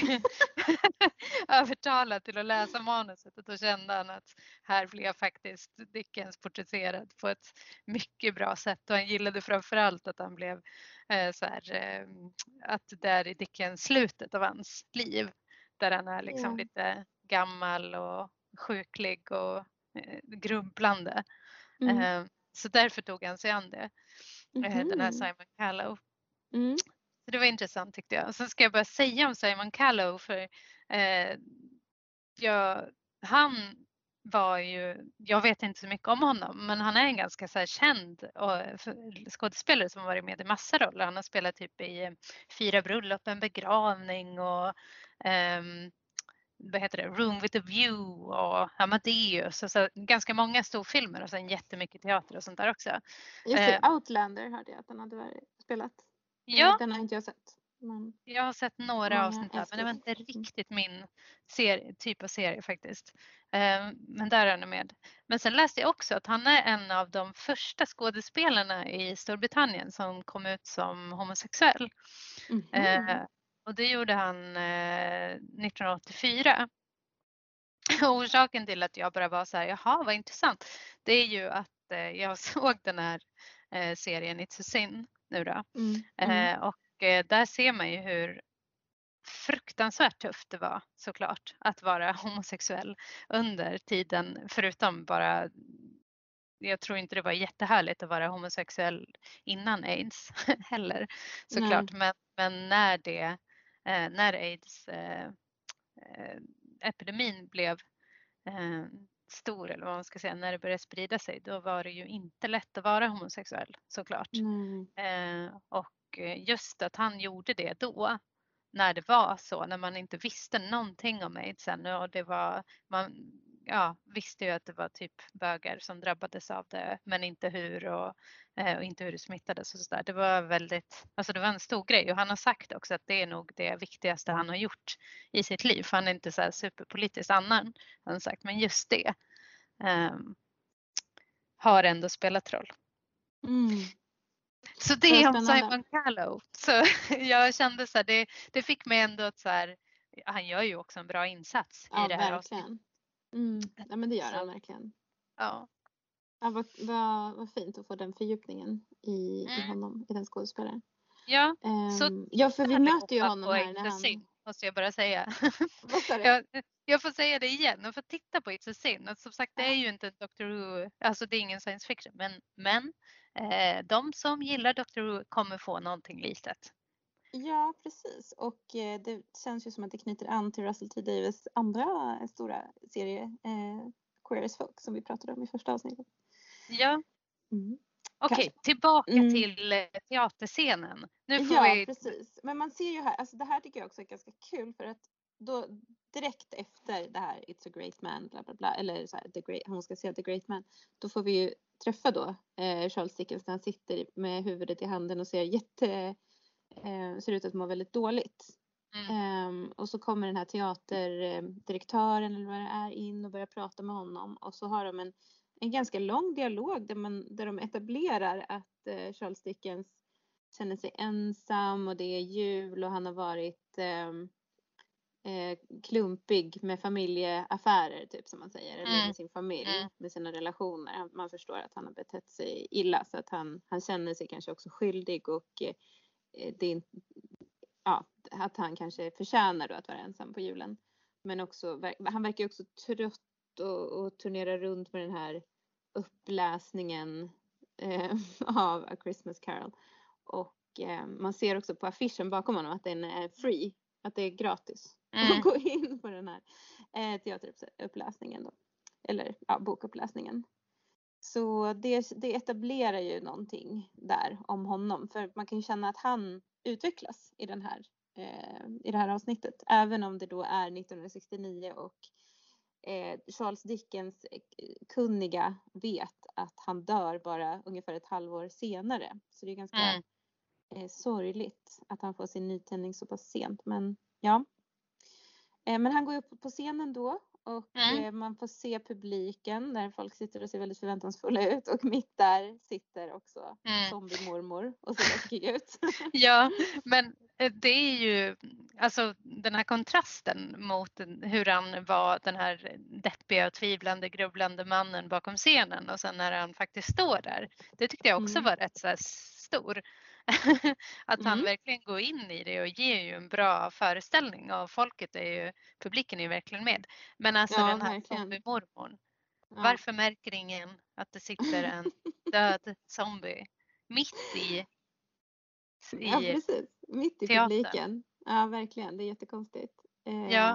övertalad till att läsa manuset och då kände han att här blev faktiskt Dickens porträtterad på ett mycket bra sätt och han gillade framförallt att han blev eh, så här, eh, att det är i Dickens slutet av hans liv där han är liksom Ja. lite gammal och sjuklig och eh, grubblande. Mm. Eh, så därför tog han sig an det, eh, den här Mhm. Simon Callow. Mm. Så det var intressant tyckte jag. Sen ska jag bara säga om Simon Callow för eh, jag, han var ju, jag vet inte så mycket om honom, men han är en ganska så här känd och, för, skådespelare som har varit med i massa roller. Han har spelat typ i Fyra bröllop, en begravning och ehm, vad heter det, Room with a view och Amadeus och så ganska många storfilmer och sen jättemycket teater och sånt där också. Just det, Eh, Outlander hörde jag att han hade varit- spelat. ja. Den har inte jag sett. Man, Jag har sett några många avsnitt av, men det var älskar. inte riktigt min serie, typ av serie faktiskt. Eh, men där är han med. Men sen läste jag också att han är en av de första skådespelarna i Storbritannien som kom ut som homosexuell. Mhm. Eh, och det gjorde han eh, nittonhundraåttiofyra. Och orsaken till att jag bara var så här, jaha vad intressant, det är ju att eh, jag såg den här eh, serien It's a Sin nu då. Mm. Mm. Eh, och eh, där ser man ju hur fruktansvärt tufft det var såklart att vara homosexuell under tiden, förutom bara, jag tror inte det var jättehärligt att vara homosexuell innan aids heller såklart, men, men när det, eh, när aids eh, eh, epidemin blev eh, stor, eller vad man ska säga, när det började sprida sig, då var det ju inte lätt att vara homosexuell såklart. Mm. Eh, och just att han gjorde det då, när det var så, när man inte visste någonting om aids ännu, och det var, man ja, visste ju att det var typ bögar som drabbades av det, men inte hur och, eh, och inte hur det smittades och så där. Det var väldigt, alltså det var en stor grej, och han har sagt också att det är nog det viktigaste han har gjort i sitt liv, för han är inte så här superpolitiskt annan, han har sagt, men just det um, har ändå spelat roll. Mm. Så det är om spännande. Simon Callow. Så jag kände så här, det, det fick mig ändå att så här, han gör ju också en bra insats Ja, i det här verkligen. avsnittet. Mm. Ja, men det gör Så, han verkligen. ja. Ja, vad, vad, vad fint att få den fördjupningen i, Mm. i honom, i den skådespelaren. Ja, Um, så ja, för vi möter ju honom på här när It's a han... Sin, måste jag bara säga. Vad sa du? jag, jag får säga det igen, och får titta på It's a Sin. Och som sagt, det är ju inte Doctor Who, alltså det är ingen science fiction, men, men eh, de som gillar Doctor Who kommer få någonting litet. Ja, precis. Och eh, det känns ju som att det knyter an till Russell T Davies andra stora serie, eh, Queer as Folk, som vi pratade om i första avsnittet. Ja. Mm. Okej, okay, tillbaka mm. till eh, teaterscenen. Nu får ja, vi... precis. Men man ser ju här, alltså det här tycker jag också är ganska kul, för att då direkt efter det här It's a Great Man, bla bla bla, eller så här, the great, hon ska säga The Great Man, då får vi ju träffa då eh, Charles Dickens när han sitter med huvudet i handen och ser jätte Eh, ser ut att må väldigt dåligt. Mm. Um, och så kommer den här teaterdirektören eller vad det är in och börjar prata med honom. Och så har de en, en ganska lång dialog där, man, där de etablerar att eh, Charles Dickens känner sig ensam och det är jul och han har varit eh, eh, klumpig med familjeaffärer typ, som man säger. Mm. Eller med sin familj, mm. med sina relationer. Man förstår att han har betett sig illa, så att han, han känner sig kanske också skyldig, och eh, det är, ja, att han kanske förtjänar då att vara ensam på julen. Men också, han verkar också trött och, och turnerar runt med den här uppläsningen eh, av A Christmas Carol. Och eh, man ser också på affischen bakom honom att den är free, att det är gratis mm. att gå in på den här eh, teateruppläsningen då. Eller ja, bokuppläsningen. Så det, det etablerar ju någonting där om honom. För man kan ju känna att han utvecklas i, den här, eh, i det här avsnittet. Även om det då är nittonhundrasextionio och eh, Charles Dickens kunniga vet att han dör bara ungefär ett halvår senare. Så det är ganska mm. eh, sorgligt att han får sin nytändning så pass sent. Men ja. Eh, men han går upp på scenen då. Och mm. man får se publiken där folk sitter och ser väldigt förväntansfulla ut. Och mitt där sitter också mm. zombie-mormor och ser läskig ut. Ja, men det är ju alltså den här kontrasten mot hur han var, den här deppiga och tvivlande, grubblande mannen bakom scenen. Och sen när han faktiskt står där. Det tyckte jag också mm. var rätt så här stor. Att mm. han verkligen går in i det och ger ju en bra föreställning, och folket är ju, publiken är ju verkligen med. Men alltså ja, den här zombie-mormorn, ja. Varför märker ingen att det sitter en död zombie mitt i, i ja, precis. Mitt i teatern. Publiken. Ja, verkligen. Det är jättekonstigt. Ja.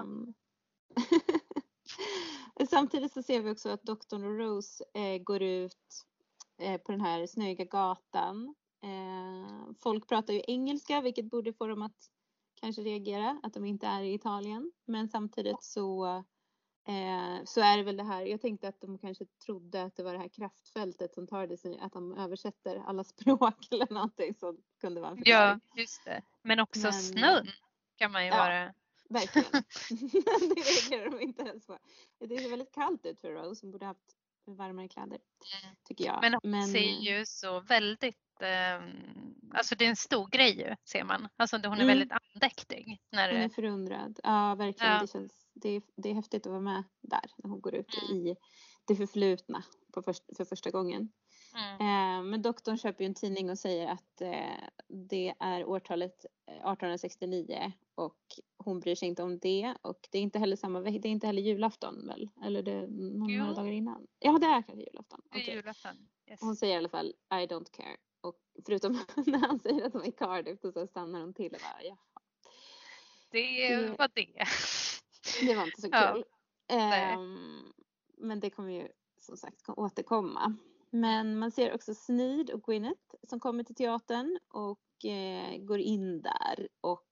Samtidigt så ser vi också att doktorn och Rose eh, går ut eh, på den här snöiga gatan. Eh, folk pratar ju engelska, vilket borde få dem att kanske reagera att de inte är i Italien. Men samtidigt så Eh, så är det väl det här. Jag tänkte att de kanske trodde att det var det här kraftfältet som tar det sig, att de översätter alla språk eller någonting som kunde vara en förklaring. Ja, just det. Men också Men, snön kan man ju ja, vara. Verkligen. Det reagerar de inte ens på. Det ser väldigt kallt ut för Rose, som borde haft varmare kläder, Mm. tycker jag. Men hon Men ser ju så väldigt, eh, alltså det är en stor grej ju, ser man. Alltså hon är Mm. väldigt andäktig. När hon är det, förundrad. Ja, verkligen. Ja. Det känns, det är, det är häftigt att vara med där när hon går ut Mm. i det förflutna på först, för första gången. mm, Eh, men doktorn köper ju en tidning och säger att eh, det är årtalet arton sextionio och hon bryr sig inte om det, och det är inte heller samma ve- det är inte heller julafton väl, eller det är några Jo. dagar innan. Ja, det är kanske julafton. det är Okej. julafton. Yes. Hon säger i alla fall I don't care, och förutom när han säger att de är i Cardiff, och så stannar hon till och bara ja. Det Det- var det. Det var inte så Ja, kul. nej. Ehm, men det kommer ju som sagt återkomma. Men man ser också Sneed och Gwyneth som kommer till teatern och eh, går in där. Och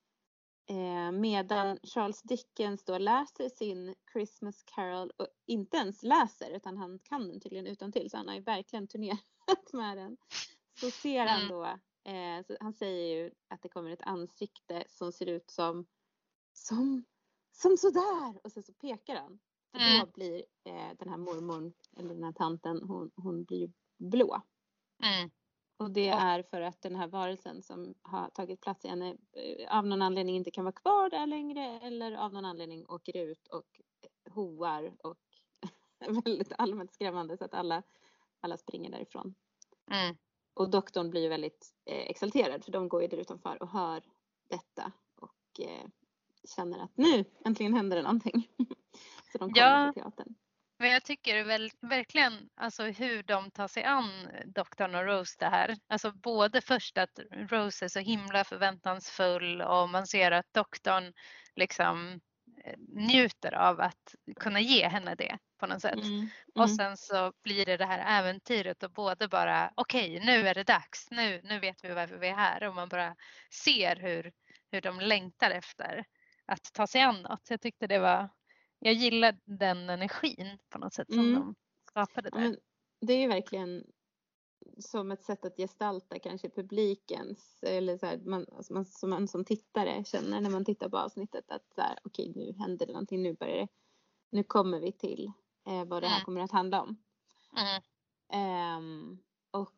eh, medan Charles Dickens då läser sin Christmas Carol, och inte ens läser utan han kan den tydligen utantill, så han har ju verkligen turnerat med den. Så ser han Mm. då, eh, så han säger ju att det kommer ett ansikte som ser ut som som, som sådär, och sen så pekar han. För Mm. då blir eh, den här mormorn, eller den här tanten, hon, hon blir ju blå. Mm. Och det är för att den här varelsen som har tagit plats i henne eh, av någon anledning inte kan vara kvar där längre, eller av någon anledning åker ut och hoar och är väldigt allmänt skrämmande, så att alla, alla springer därifrån. Mm. Och doktorn blir ju väldigt eh, exalterad, för de går ju där utanför och hör detta och eh, känner att nu äntligen händer det någonting. Så de kommer Ja. till teatern. Men jag tycker väl, verkligen alltså hur de tar sig an doktorn och Rose det här. Alltså både först att Rose är så himla förväntansfull och man ser att doktorn liksom eh, njuter av att kunna ge henne det på något sätt. Mm, mm. Och sen så blir det det här äventyret och både bara okej, okay, nu är det dags, nu, nu vet vi varför vi är här, och man bara ser hur, hur de längtar efter att ta sig an något. Jag tyckte det var, jag gillar den energin på något sätt som Mm. de skapade där. Ja, men det är ju verkligen som ett sätt att gestalta kanske publikens, eller så här, man, alltså man, som man som tittare känner när man tittar på avsnittet att så här, okej, nu händer det någonting, nu börjar det, nu kommer vi till eh, vad det här Mm. kommer att handla om. Mm. Ehm, och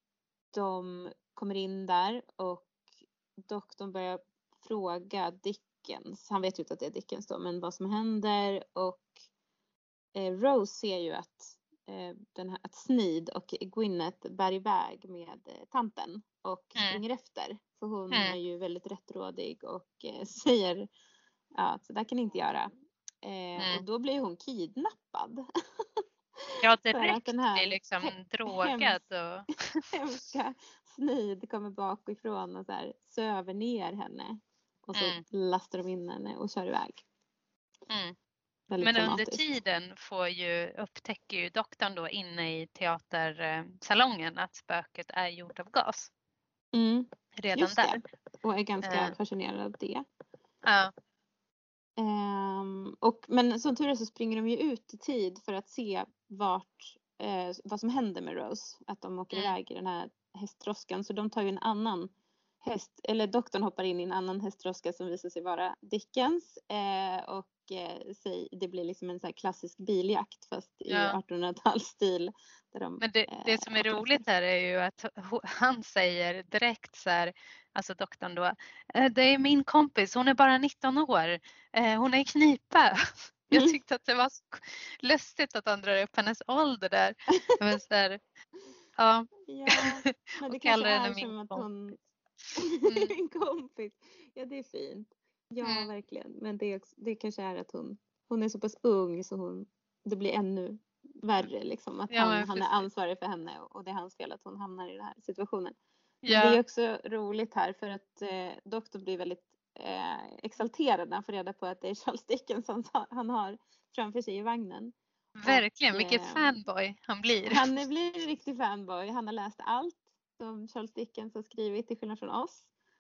de kommer in där och doktorn börjar fråga Dickens, han vet ju inte att det är Dickens då, men vad som händer, och eh, Rose ser ju att eh, den här, att Sneed och Gwyneth bär iväg med eh, tanten och Mm. springer efter, för hon Mm. är ju väldigt rättrådig och eh, säger ja, att så där kan ni inte göra. Eh, Mm. och då blir hon kidnappad. Ja, För att direkt den här blir liksom he- drogad och hemska Sneed kommer bakifrån och så här söver ner henne. Och så Mm. lastar de in henne och kör iväg. Mm. Väldigt Men under dramatiskt. tiden får ju, upptäcker ju doktorn då inne i teatersalongen att spöket är gjort av gas. Mm, Redan just där. det. Och är ganska Eh. fascinerad av det. Ja. Ehm, och, men som tur är så springer de ju ut i tid för att se vart, eh, vad som händer med Rose. Att de åker Mm. iväg i den här hästdroskan. Så de tar ju en annan häst, eller doktorn hoppar in i en annan hästdroska som visar sig vara Dickens. Eh, och eh, säg, det blir liksom en så här klassisk biljakt fast i Ja. artonhundratalsstil. Där de, Men det, det som är eh, roligt här är ju att han säger direkt så här, alltså doktorn då, det är min kompis, hon är bara nitton år, hon är i knipa. Jag tyckte att det var så lustigt att han drar upp hennes ålder där. Men så här, ja. Ja, men det Och kanske kallar henne är min som att hon... Mm. min kompis. Ja, det är fint. Ja, Mm. verkligen. Men det, är också, det kanske är att hon, hon är så pass ung så hon, det blir ännu värre liksom. Att Ja, han, men han är precis. ansvarig för henne och det är hans fel att hon hamnar i den här situationen. Men Ja. det är också roligt här för att eh, doktorn blir väldigt eh, exalterad när han får reda på att det är Charles Dickens han, han har framför sig i vagnen. Verkligen, Och, vilken eh, fanboy han blir. Han blir en riktig fanboy. Han har läst allt som Charles Dickens har skrivit till skillnad från oss.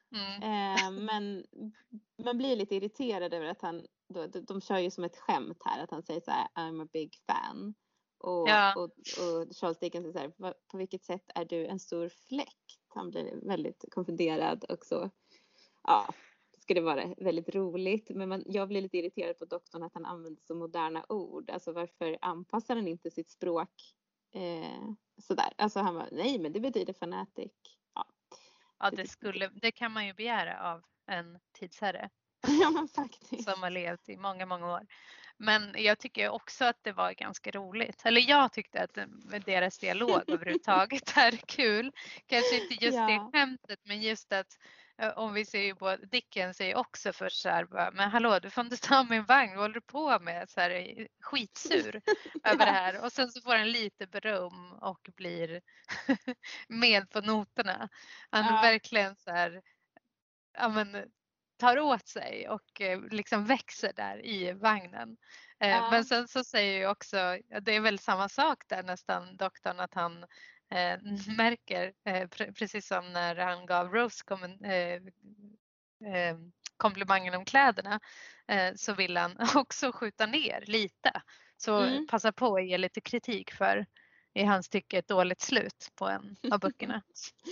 Mm. Eh, men man blir lite irriterad över att han, då, de, de kör ju som ett skämt här, att han säger så här, I'm a big fan. Och, Ja. och, och Charles Dickens säger så här, på vilket sätt är du en stor fläkt? Han blir väldigt konfunderad och så, ja, det skulle vara väldigt roligt. Men man, jag blir lite irriterad på doktorn att han använder så moderna ord. Alltså varför anpassar han inte sitt språk eh, sådär? Alltså han var, nej men det betyder fanatic. Ja, Ja, det, skulle, det kan man ju begära av en tidsherre. Ja, men faktiskt. Som har levt i många, många år. Men jag tycker också att det var ganska roligt. Eller jag tyckte att deras dialog överhuvudtaget är kul. Kanske inte just Ja. det skämtet, men just att om vi ser ju på Dickens säger också först så här, bara, men hallå, du får inte ta min vagn, vad håller du på med? Så här, skitsur Ja. över det här. Och sen så får han lite beröm och blir med på noterna. Han är Ja. verkligen så här, ja men tar åt sig och liksom växer där i vagnen. Ja. Men sen så säger ju också, det är väl samma sak där nästan doktorn, att han eh, märker, eh, pre- precis som när han gav Rose kommen, eh, eh, komplimangen om kläderna, eh, så vill han också skjuta ner lite. Så Mm. passa på att ge lite kritik för, i hans tycke, ett dåligt slut på en av böckerna.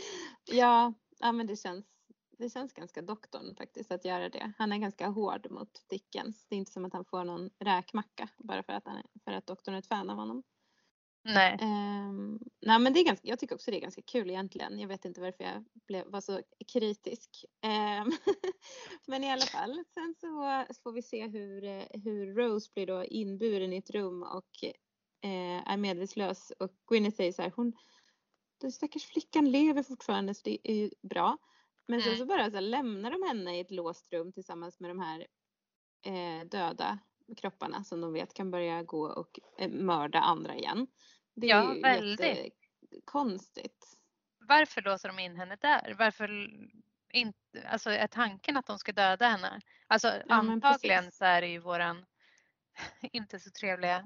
Ja, ja, men det känns, det känns ganska doktorn faktiskt att göra det. Han är ganska hård mot Dickens. Det är inte som att han får någon räkmacka bara för att, han är, för att doktorn är ett fan av honom. Nej. Um, nej men det är ganska, jag tycker också det är ganska kul egentligen. Jag vet inte varför jag blev, var så kritisk. Um, men i alla fall, sen så får vi se hur, hur Rose blir då inburen i ett rum och eh, är medvetslös. Och Gwyneth säger så här, hon, den stackars flickan lever fortfarande, så det är ju bra. Men sen så bara så här, lämnar de henne i ett låst rum tillsammans med de här eh, döda kropparna som de vet kan börja gå och eh, mörda andra igen. Det är Ja, ju väldigt. jättekonstigt. Varför låser de in henne där? Varför inte, alltså är tanken att de ska döda henne? Alltså Ja, antagligen så är det ju våran inte så trevliga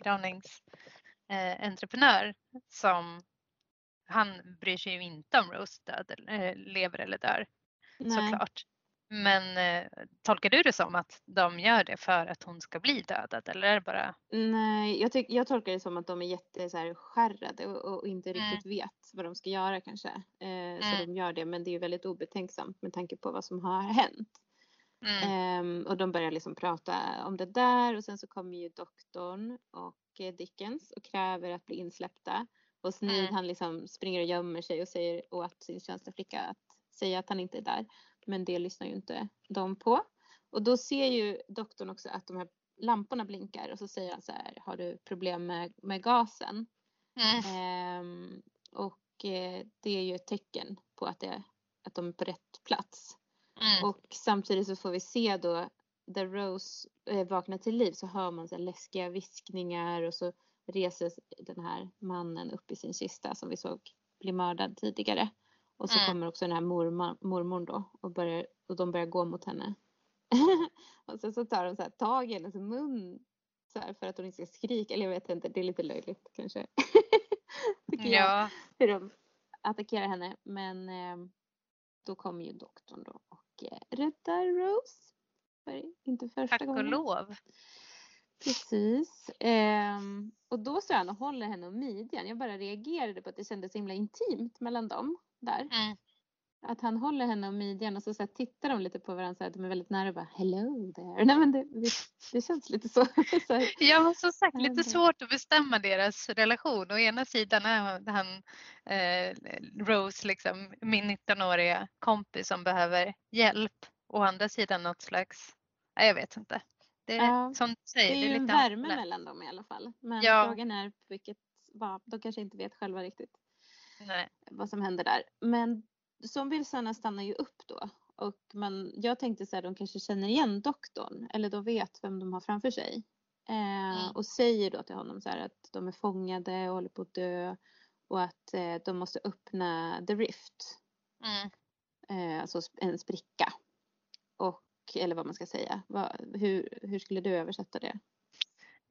begravningsentreprenör eh, som, han bryr sig ju inte om Rose död, eh, lever eller dör. Nej. Såklart. Men eh, tolkar du det som att de gör det för att hon ska bli dödad, eller är det bara? Nej, jag, tyck, jag tolkar det som att de är jätte så här, skärrade och, och inte Mm. riktigt vet vad de ska göra kanske. Eh, mm. Så de gör det, men det är ju väldigt obetänksamt med tanke på vad som har hänt. Mm. Eh, och de börjar liksom prata om det där, och sen så kommer ju doktorn och eh, Dickens och kräver att bli insläppta. Och Sneed mm. han liksom springer och gömmer sig och säger åt sin tjänsteflicka att säga att han inte är där. Men det lyssnar ju inte de på. Och då ser ju doktorn också att de här lamporna blinkar, och så säger han så här, har du problem med, med gasen? Mm. Ehm, och eh, det är ju ett tecken på att, det, att de är på rätt plats. Mm. Och samtidigt så får vi se då, där Rose eh, vaknar till liv, så hör man så här läskiga viskningar, och så reser den här mannen upp i sin kista som vi såg bli mördad tidigare. Och så mm. kommer också den här mormor, mormor då, och, börjar, och de börjar gå mot henne. Och sen så tar de så här tag i hennes mun så här, för att hon inte ska skrika. Eller jag vet inte, det är lite löjligt kanske. Tycker ja. jag, hur de attackerar henne. Men eh, då kommer ju doktorn då och eh, räddar Rose. För, inte första Tack gången. och lov. Precis. Eh, och då står han och håller henne om midjan. Jag bara reagerade på att det kändes himla intimt mellan dem där. Mm. Att han håller henne om midjan, och så, så här, tittar de lite på varandra så att de är väldigt nära och bara hello there. Nej, men det, det, det känns lite så. så här. Ja, men som sagt lite svårt att bestämma deras relation. Å ena sidan är han eh, Rose, liksom min nittonåriga kompis som behöver hjälp. Å andra sidan något slags, nej, jag vet inte. Det är, ja, som du säger, det är ju det är en lite värme annorlunda mellan dem i alla fall. Men ja. Frågan är på vilket, vad, de kanske inte vet själva riktigt nej. vad som händer där. Men zombiesarna stannar ju upp då. Och man, jag tänkte så här, de kanske känner igen doktorn. Eller de vet vem de har framför sig. Eh, mm. Och säger då till honom så här att de är fångade och håller på att dö. Och att eh, de måste öppna the rift. Mm. Eh, alltså en spricka. Och, eller vad man ska säga. Vad, hur, hur skulle du översätta det?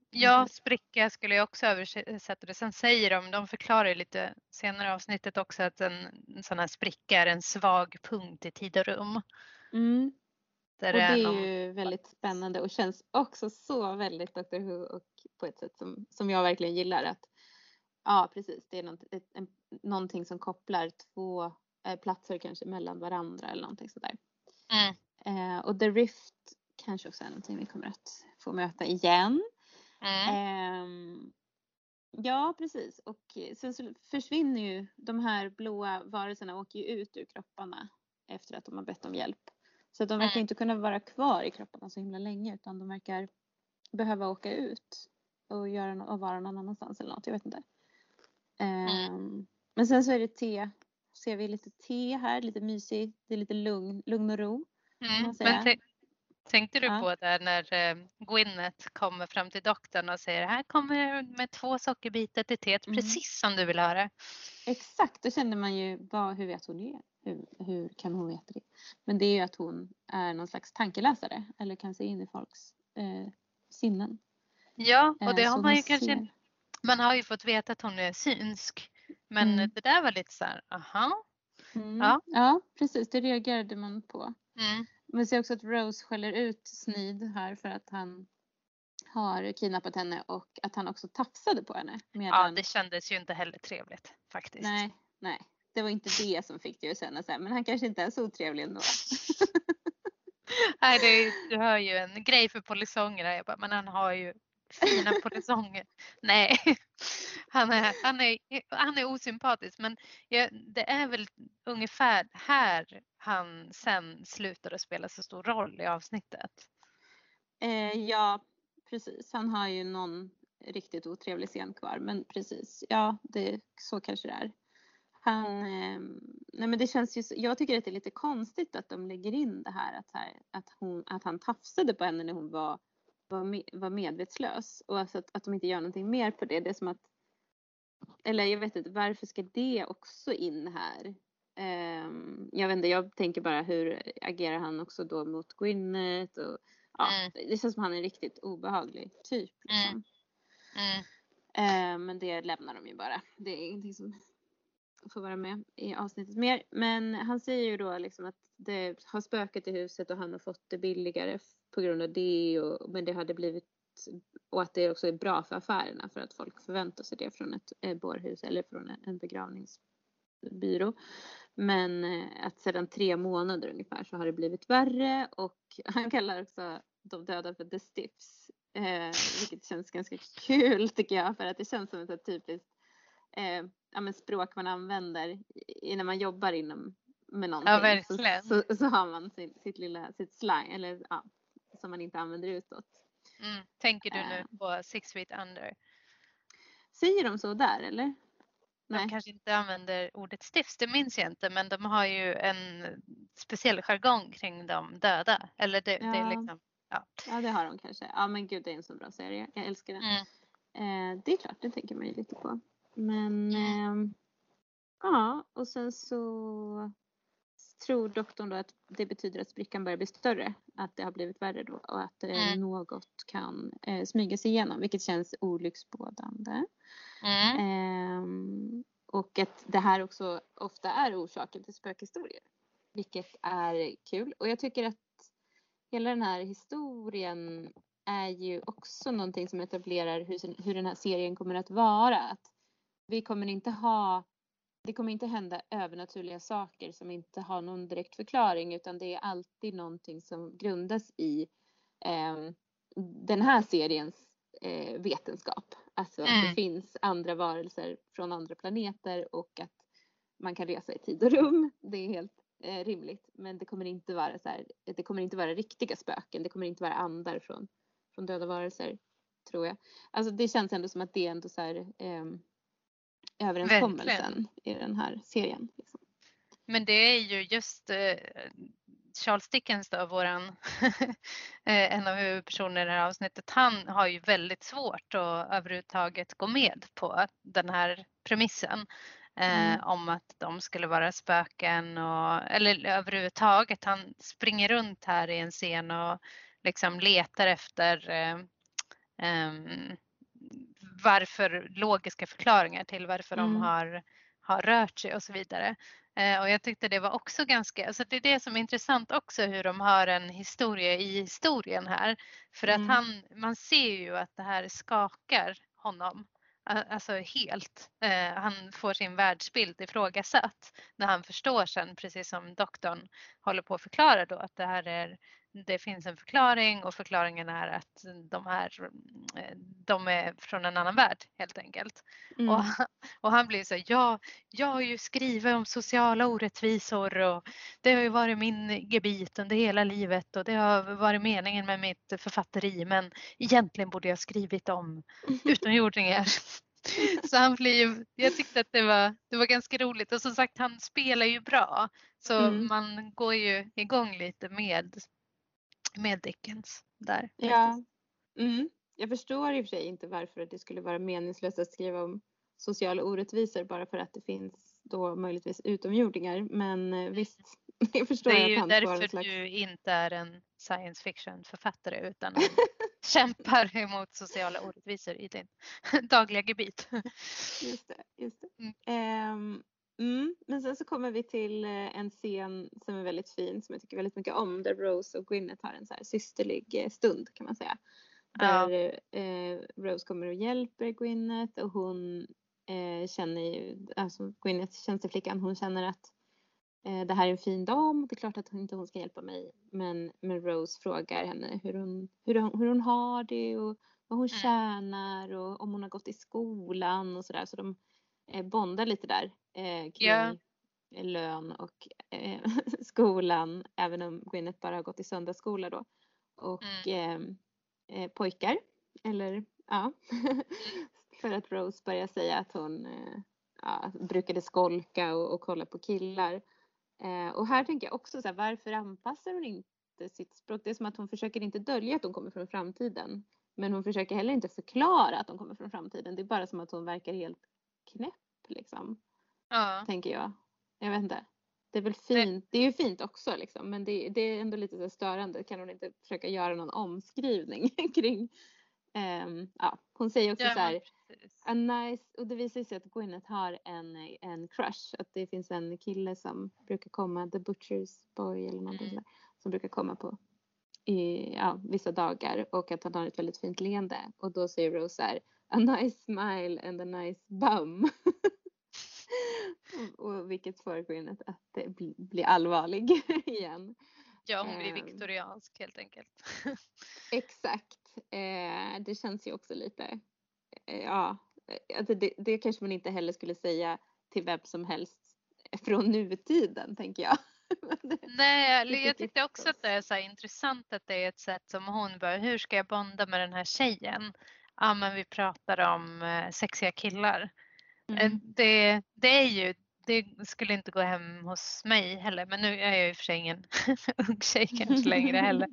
Ja, spricka skulle jag också översätta det. Sen säger de, de förklarar lite senare i avsnittet också att en, en sån här spricka är en svag punkt i tid och rum. Mm. Där Och det är någon... ju väldigt spännande och känns också så väldigt Doctor Who och på ett sätt som, som jag verkligen gillar. Att, ja, precis. Det är något, ett, en, någonting som kopplar två eh, platser kanske mellan varandra eller någonting sådär. Mm. Eh, och The Rift kanske också är någonting vi kommer att få möta igen. Mm. Eh, ja, precis. Och sen så försvinner ju de här blåa varelserna, åker ju ut ur kropparna efter att de har bett om hjälp. Så de verkar Mm. inte kunna vara kvar i kropparna så himla länge, utan de verkar behöva åka ut och, göra no- och vara någon annanstans eller något, jag vet inte. Mm. Um, men sen så är det te, ser vi lite te här, lite mysigt, det är lite lugn, lugn och ro. Mm. Man säga. Men t- tänkte du Ja. på det när eh, Gwyneth kommer fram till doktorn och säger här kommer med två sockerbitar till teet, Mm. precis som du vill höra. Exakt, då kände man ju, vad, hur vet hon det? Hur, hur kan hon veta det? Men det är ju att hon är någon slags tankeläsare eller kan se in i folks eh, sinnen. Ja, och det Eh, har så man hon ju kanske ser. man har ju fått veta att hon är synsk. Men Mm. det där var lite så här, aha. Mm. Ja. Ja, precis, det reagerade man på. Mm. Man ser också att Rose skäller ut Sneed här för att han har kidnappat henne och att han också tafsade på henne. Medan... Ja, det kändes ju inte heller trevligt faktiskt. Nej, nej. Det var inte det som fick dig att känna så här, men han kanske inte är så otrevlig ändå. Nej, det är, du hör ju en grej för polisonger här. Jag bara, men han har ju fina polisonger. Nej, han är, han är, han är osympatisk. Men ja, det är väl ungefär här han sen slutar att spela så stor roll i avsnittet. Eh, ja, precis. Han har ju någon riktigt otrevlig scen kvar. Men precis, ja, det, så kanske det är. Han, eh, nej men det känns ju, jag tycker att det är lite konstigt att de lägger in det här att, här, att, hon, att han tafsade på henne när hon var, var, med, var medvetslös. Och alltså att, att de inte gör någonting mer på det. Det är som att, eller jag vet inte, varför ska det också in här? Eh, jag vet inte, jag tänker bara hur agerar han också då mot Gwyneth och ja, Mm. det känns som han är en riktigt obehaglig typ. Liksom. Mm. Eh, men det lämnar de ju bara. Det är ingenting som får vara med i avsnittet mer. Men han säger ju då liksom att det har spökat i huset och han har fått det billigare på grund av det. Och, men det hade blivit, och att det också är bra för affärerna för att folk förväntar sig det från ett eh, bårhus eller från en, en begravningsbyrå. Men eh, att sedan tre månader ungefär så har det blivit värre och han kallar också de döda för The Stiffs. Eh, vilket känns ganska kul tycker jag, för att det känns som ett typiskt eh, ja, men språk man använder i, när man jobbar inom med någonting. Ja, verkligen. Så, så, så har man sin, sitt lilla sitt slang eller ja, som man inte använder utåt. Mm. Tänker du nu Eh, på Six Feet Under? Säger de så där eller? De Nej. kanske inte använder ordet stiffs, det minns jag inte, men de har ju en speciell jargong kring de döda. Eller det, Ja. det är liksom, ja. Ja, det har de kanske. Ja, men gud, det är en så bra serie. Jag älskar den. Mm. Eh, det är klart, det tänker man ju lite på. Men Mm. eh, ja, och sen så tror doktorn då att det betyder att sprickan börjar bli större. Att det har blivit värre då och att eh, Mm. något kan eh, smyga sig igenom, vilket känns olycksbådande. Mm. Eh, och att det här också ofta är orsaken till spökhistorier. Vilket är kul. Och jag tycker att hela den här historien är ju också någonting som etablerar hur, hur den här serien kommer att vara. Att vi kommer inte ha, det kommer inte hända övernaturliga saker som inte har någon direkt förklaring, utan det är alltid någonting som grundas i eh, den här seriens eh, vetenskap. Alltså att Mm. det finns andra varelser från andra planeter och att man kan resa i tid och rum. Det är helt eh, rimligt. Men det kommer inte vara så här, det kommer inte vara riktiga spöken. Det kommer inte vara andar från, från döda varelser, tror jag. Alltså det känns ändå som att det är ändå så här eh, överenskommelsen Verkligen. i den här serien. Liksom. Men det är ju just eh, Charles Dickens då, våran en av huvudpersonerna i det här avsnittet, han har ju väldigt svårt att överhuvudtaget gå med på den här premissen eh, Mm. om att de skulle vara spöken och, eller överhuvudtaget, han springer runt här i en scen och liksom letar efter eh, um, varför, logiska förklaringar till varför mm. de har, har rört sig och så vidare. Uh, och jag tyckte det var också ganska, alltså det är det som är intressant också, hur de har en historia i historien här. För mm. att han, man ser ju att det här skakar honom. Alltså helt. Eh, han får sin världsbild ifrågasatt när han förstår sen, precis som doktorn håller på att förklara då, att det här är, det finns en förklaring och förklaringen är att de här, de är från en annan värld helt enkelt. Mm. Och, och han blir så här, ja, jag har ju skrivit om sociala orättvisor och det har ju varit min gebit under hela livet och det har varit meningen med mitt författeri, men egentligen borde jag skrivit om utomjordingar. Så han blir ju, jag tyckte att det var, det var ganska roligt, och som sagt han spelar ju bra, så mm. man går ju igång lite med, med Dickens där. Ja, mm. Jag förstår i och för sig inte varför det skulle vara meningslöst att skriva om sociala orättvisor bara för att det finns då möjligtvis utomjordingar, men visst, jag förstår det är att han ju därför får en slags... du inte är en science fiction författare utan kämpar emot sociala orättvisor i din dagliga gebit. Just det, just det. Mm. Um, mm, men sen så kommer vi till en scen som är väldigt fin, som jag tycker väldigt mycket om, där Rose och Gwyneth har en så här systerlig stund kan man säga. Där ja. eh, Rose kommer och hjälper Gwyneth, och hon eh, känner ju, alltså Gwyneth, tjänsteflickan, hon känner att eh, det här är en fin dam, det är klart att hon inte hon ska hjälpa mig, men, men Rose frågar henne hur hon, hur, hon, hur hon har det och vad hon tjänar och om hon har gått i skolan och sådär, så de eh, bondar lite där eh, kring yeah. lön och eh, skolan, även om Gwyneth bara har gått i söndagsskola då, och mm. eh, Eh, pojkar, eller ja, för att Rose börjar säga att hon eh, ja, brukade skolka och, och kolla på killar. Eh, och här tänker jag också så här, varför anpassar hon inte sitt språk? Det är som att hon försöker inte dölja att hon kommer från framtiden, men hon försöker heller inte förklara att hon kommer från framtiden. Det är bara som att hon verkar helt knäpp liksom, ja. Tänker jag. Jag vet inte. Det är väl fint. Det är ju fint också liksom, men det, det är ändå lite så störande. Kan hon inte försöka göra någon omskrivning kring um, ja, hon säger också ja, så här a nice, och det visar sig att Gwyneth har en en crush, att det finns en kille som brukar komma, the butcher's boy eller någonting mm. som brukar komma på i ja, vissa dagar, och att han har ett väldigt fint leende, och då säger Rose så här, a nice smile and a nice bum. Och vilket får Gwyneth att det blir bli allvarlig igen. Ja, hon blir viktoriansk helt enkelt. Exakt. Eh, det känns ju också lite, eh, ja, alltså det, det kanske man inte heller skulle säga till vem som helst från nutiden, tänker jag. det, Nej, det jag tyckte också att det är så här intressant att det är ett sätt som hon bara, hur ska jag bonda med den här tjejen? Ja, men vi pratar om eh, sexiga killar. Mm. Det, det är ju, det skulle inte gå hem hos mig heller, men nu är jag ju för sig ingen ung tjej kanske längre heller.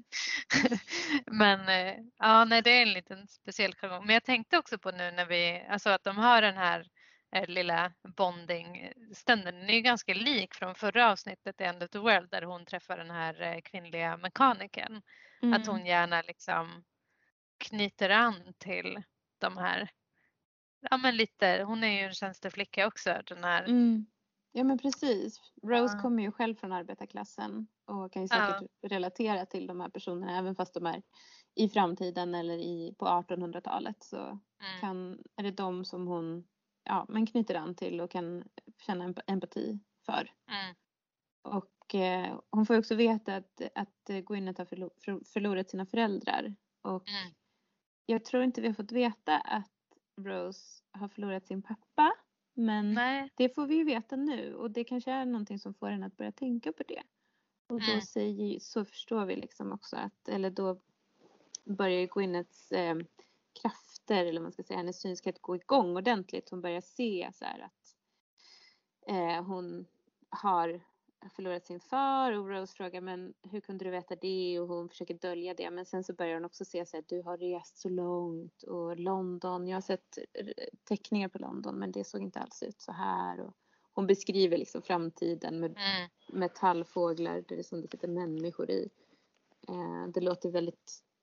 Men ja, nej, det är en liten speciell jargong. Men jag tänkte också på nu när vi, alltså att de har den här eh, lilla bonding-stunden, den är ju ganska lik från förra avsnittet i End of the World, där hon träffar den här eh, kvinnliga mekaniken. Mm. Att hon gärna liksom knyter an till de här. Ja, men lite, hon är ju en tjänsteflicka också, den här. Mm. Ja, men precis. Rose ja. kommer ju själv från arbetarklassen och kan ju säkert ja. relatera till de här personerna, även fast de är i framtiden eller i, på artonhundratalet, så mm. kan, är det de som hon ja, men knyter an till och kan känna empati för. Mm. Och eh, hon får också veta att, att Gwyneth har förlor, förlorat sina föräldrar, och mm. jag tror inte vi har fått veta att Rose har förlorat sin pappa, men Nej. det får vi ju veta nu, och det kanske är någonting som får henne att börja tänka på det. Och då mm. säger, så förstår vi liksom också att, eller då börjar Gwyneths eh, krafter, eller man ska säga hennes synskhet, gå igång ordentligt. Hon börjar se så här att eh, hon har förlorat sin far, och Rose frågar, men hur kunde du veta det? Och hon försöker dölja det, men sen så börjar hon också se så här, du har rest så långt, och London, jag har sett teckningar på London, men det såg inte alls ut så här, och hon beskriver liksom framtiden med mm. metallfåglar där det som det sitter människor i. Eh, det låter väldigt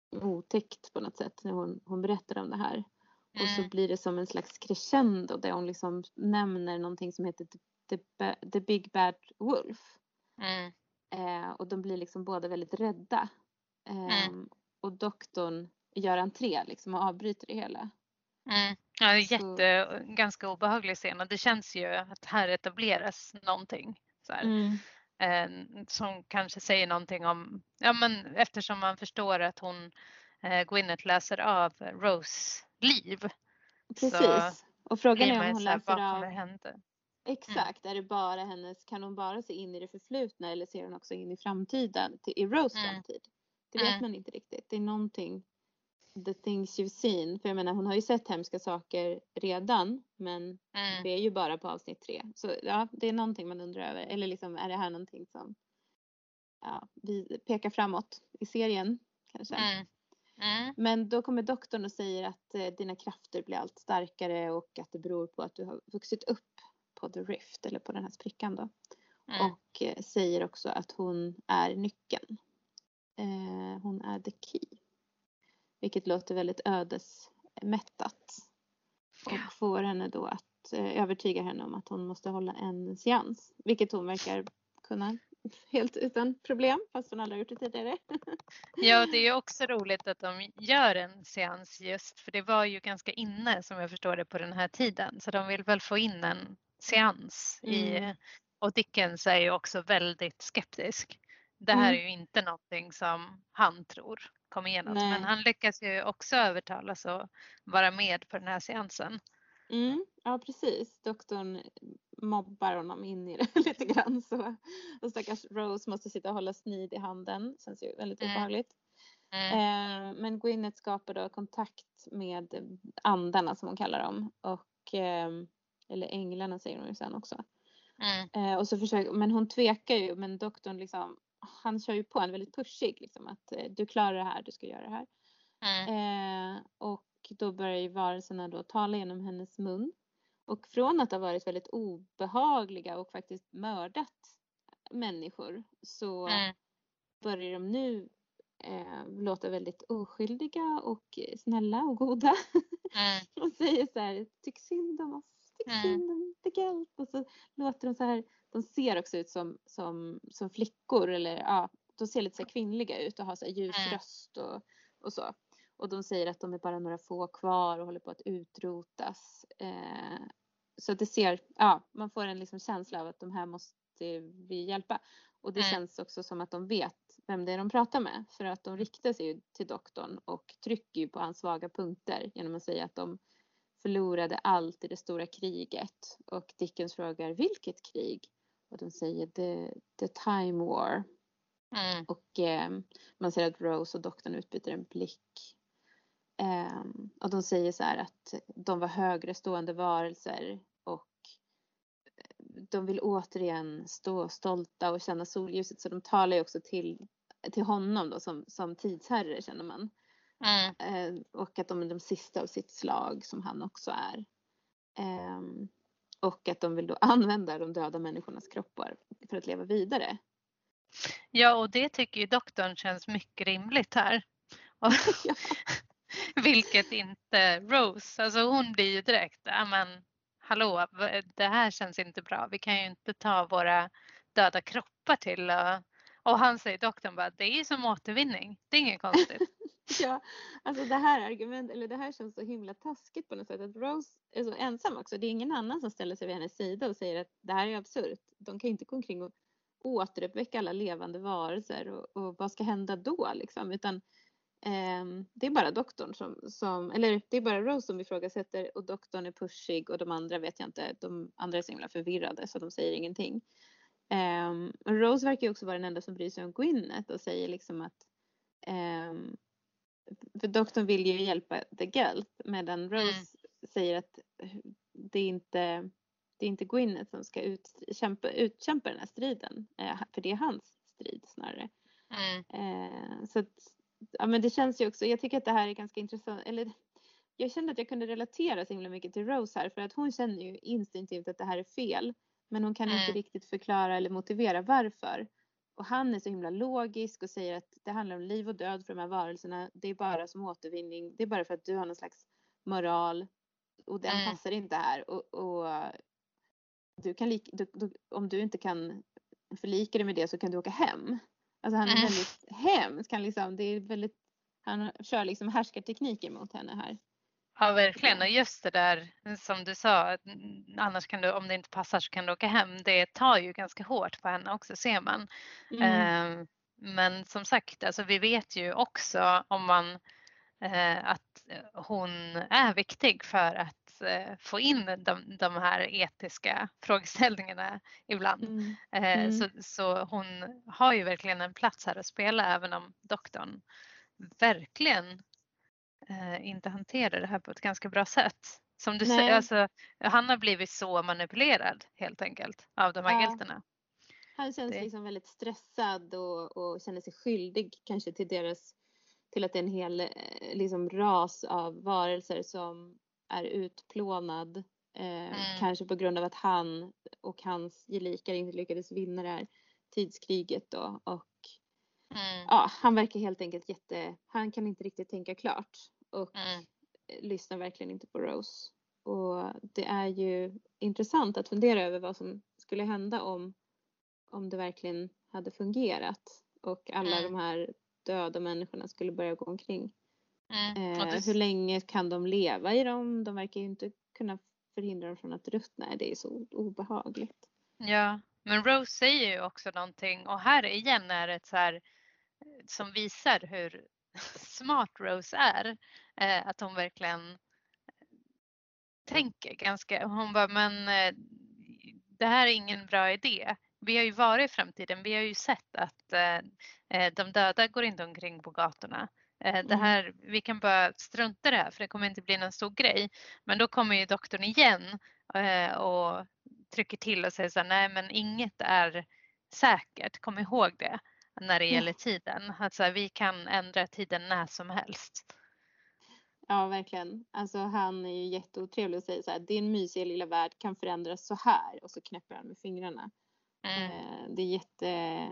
otäckt på något sätt när hon, hon berättar om det här. Mm. Och så blir det som en slags crescendo där hon liksom nämner någonting som heter The, the, the Big Bad Wolf. Mm. Eh, och de blir liksom båda väldigt rädda. Eh, Mm. Och doktorn gör entré liksom och avbryter det hela. Mm. Ja, det är Så- jätte, ganska obehaglig scen och det känns ju att här etableras någonting så här, Mm. eh, som kanske säger någonting om, ja men eftersom man förstår att hon, eh, Gwyneth läser av Rose liv. Så Precis. Och frågan blir är man om ju hon så här, läser vad kommer av hända? exakt. Är det bara hennes, kan hon bara se in i det förflutna eller ser hon också in i framtiden, till, i Rose Mm. framtid? Det vet Mm. man inte riktigt. Det är någonting, the things you've seen. För jag menar, hon har ju sett hemska saker redan, men Mm. det är ju bara på avsnitt tre. Så ja, det är någonting man undrar över. Eller liksom, är det här någonting som ja, vi pekar framåt i serien kanske? Mm. Mm. Men då kommer doktorn och säger att eh, dina krafter blir allt starkare och att det beror på att du har vuxit upp på The Rift eller på den här sprickan då. Mm. Och eh, säger också att hon är nyckeln. Eh, hon är the key. Vilket låter väldigt ödesmättat. Och får henne då att eh, övertyga henne om att hon måste hålla en seans. Vilket hon verkar kunna helt utan problem, fast hon aldrig har gjort det tidigare. Ja, det är ju också roligt att de gör en seans just för det var ju ganska inne som jag förstår det på den här tiden. Så de vill väl få in en seans i, Mm. och Dickens är ju också väldigt skeptisk. Det här Mm. är ju inte någonting som han tror kommer igenom. Nej. Men han lyckas ju också övertalas och vara med på den här seansen. Mm, ja precis. Doktorn mobbar honom in i det lite grann. Så. Och stackars Rose måste sitta och hålla snid i handen. Känns ju väldigt Mm. obehagligt. Mm. Eh, men Gwyneth skapar då kontakt med andarna som hon kallar dem. Och, eh, eller änglarna säger hon ju sen också. Mm. Eh, och så försöker, men hon tvekar ju. Men doktorn liksom, han kör ju på en väldigt pushig. Liksom, att eh, du klarar det här, du ska göra det här. Mm. Eh, och då börjar ju varelserna då tala genom hennes mun. Och från att ha varit väldigt obehagliga och faktiskt mördat människor så Mm. börjar de nu eh, låta väldigt oskyldiga och snälla och goda. Mm. Och säger så här, tyck synd om oss, tyck Mm. synd om the girl. Och så låter de så här, de ser också ut som, som, som flickor eller ja, de ser lite så här kvinnliga ut och har så här ljus Mm. röst och, och så. Och de säger att de är bara några få kvar och håller på att utrotas. Eh, så att det ser, ja, man får en liksom känsla av att de här måste vi hjälpa. Och det Mm. känns också som att de vet vem det är de pratar med. För att de riktar sig ju till doktorn och trycker ju på hans svaga punkter genom att säga att de förlorade allt i det stora kriget. Och Dickens frågar, vilket krig? Och de säger the, the time war. Mm. Och eh, man ser att Rose och doktorn utbyter en blick. Eh, och de säger så här att de var högre stående varelser. Och de vill återigen stå stolta och känna solljuset. Så de talar ju också till, till honom då som, som tidsherre känner man. Mm. Eh, och att de är de sista av sitt slag som han också är. Eh, och att de vill då använda de döda människornas kroppar för att leva vidare. Ja, och det tycker ju doktorn känns mycket rimligt här. Och, Ja. vilket inte Rose, alltså hon blir ju direkt, ja men hallå, det här känns inte bra. Vi kan ju inte ta våra döda kroppar till och, och han säger doktorn bara, det är ju som återvinning, det är inget konstigt. Ja, alltså det här argument, eller det här känns så himla taskigt på något sätt att Rose är så ensam också. Det är ingen annan som ställer sig vid hennes sida och säger att det här är absurt. De kan inte gå omkring och återuppväcka alla levande varelser och, och vad ska hända då liksom, utan eh, det är bara doktorn som, som, eller det är bara Rose som ifrågasätter och doktorn är pushig och de andra vet jag inte, de andra är så himla förvirrade så de säger ingenting. Eh, Rose verkar ju också vara den enda som bryr sig om Gwyneth och säger liksom att eh, för doktorn vill ju hjälpa the girl medan Rose mm. säger att det är inte det är inte Gwyneth som ska utkämpa, utkämpa den här striden. För det är hans strid snarare. Mm. Eh, så att, ja men det känns ju också, jag tycker att det här är ganska intressant. Eller jag kände att jag kunde relatera så himla mycket till Rose här. För att hon känner ju instinktivt att det här är fel. Men hon kan mm. inte riktigt förklara eller motivera varför. och han är så himla logisk och säger att det handlar om liv och död för de här varelserna. Det är bara som återvinning. Det är bara för att du har någon slags moral. Och den Mm. passar inte här. Och, och du kan lik, du, du, om du inte kan förlika dig med det så kan du åka hem. Alltså han är Mm. väldigt hemsk. Han, liksom, det är väldigt, han kör liksom härskartekniker mot henne här. Ja, verkligen. Och just det där som du sa, annars kan du, om det inte passar så kan du åka hem. Det tar ju ganska hårt på henne också, ser man. Mm. Eh, men som sagt, alltså vi vet ju också om man eh, att hon är viktig för att eh, få in de, de här etiska frågeställningarna ibland. Mm. Eh, Mm. så, så hon har ju verkligen en plats här att spela, även om doktorn verkligen eh, inte hanterar det här på ett ganska bra sätt. Som du säger, alltså, han har blivit så manipulerad helt enkelt av de här Ja. gälterna. Han känns Det- liksom väldigt stressad och, och känner sig skyldig kanske till deras, till att det är en hel eh, liksom ras av varelser som är utplånad. Eh, Mm. Kanske på grund av att han och hans gelikar inte lyckades vinna det här tidskriget då. Och Mm. ja, han verkar helt enkelt jätte, han kan inte riktigt tänka klart. Och Mm. lyssnar verkligen inte på Rose. Och det är ju intressant att fundera över vad som skulle hända om om det verkligen hade fungerat och alla Mm. de här döda människorna skulle börja gå omkring. Mm. Och Eh, det- hur länge kan de leva i dem? De verkar ju inte kunna förhindra dem från att ruttna. Det är så obehagligt. Ja, men Rose säger ju också någonting, och här igen är det ett så här som visar hur smart Rose är. Eh, att hon verkligen tänker ganska, hon bara, men eh, det här är ingen bra idé. Vi har ju varit i framtiden, vi har ju sett att eh, de döda går inte omkring på gatorna. Eh, det här, vi kan bara strunta i det här för det kommer inte bli någon stor grej. Men då kommer ju doktorn igen eh, och trycker till och säger så här, nej men inget är säkert, kom ihåg det när det gäller tiden. Att så här, vi kan ändra tiden när som helst. Ja, verkligen. Alltså han är ju jätteotrevlig och säger så här, din mysiga lilla värld kan förändras så här. Och så knäpper han med fingrarna. Mm. Eh, det är jätte,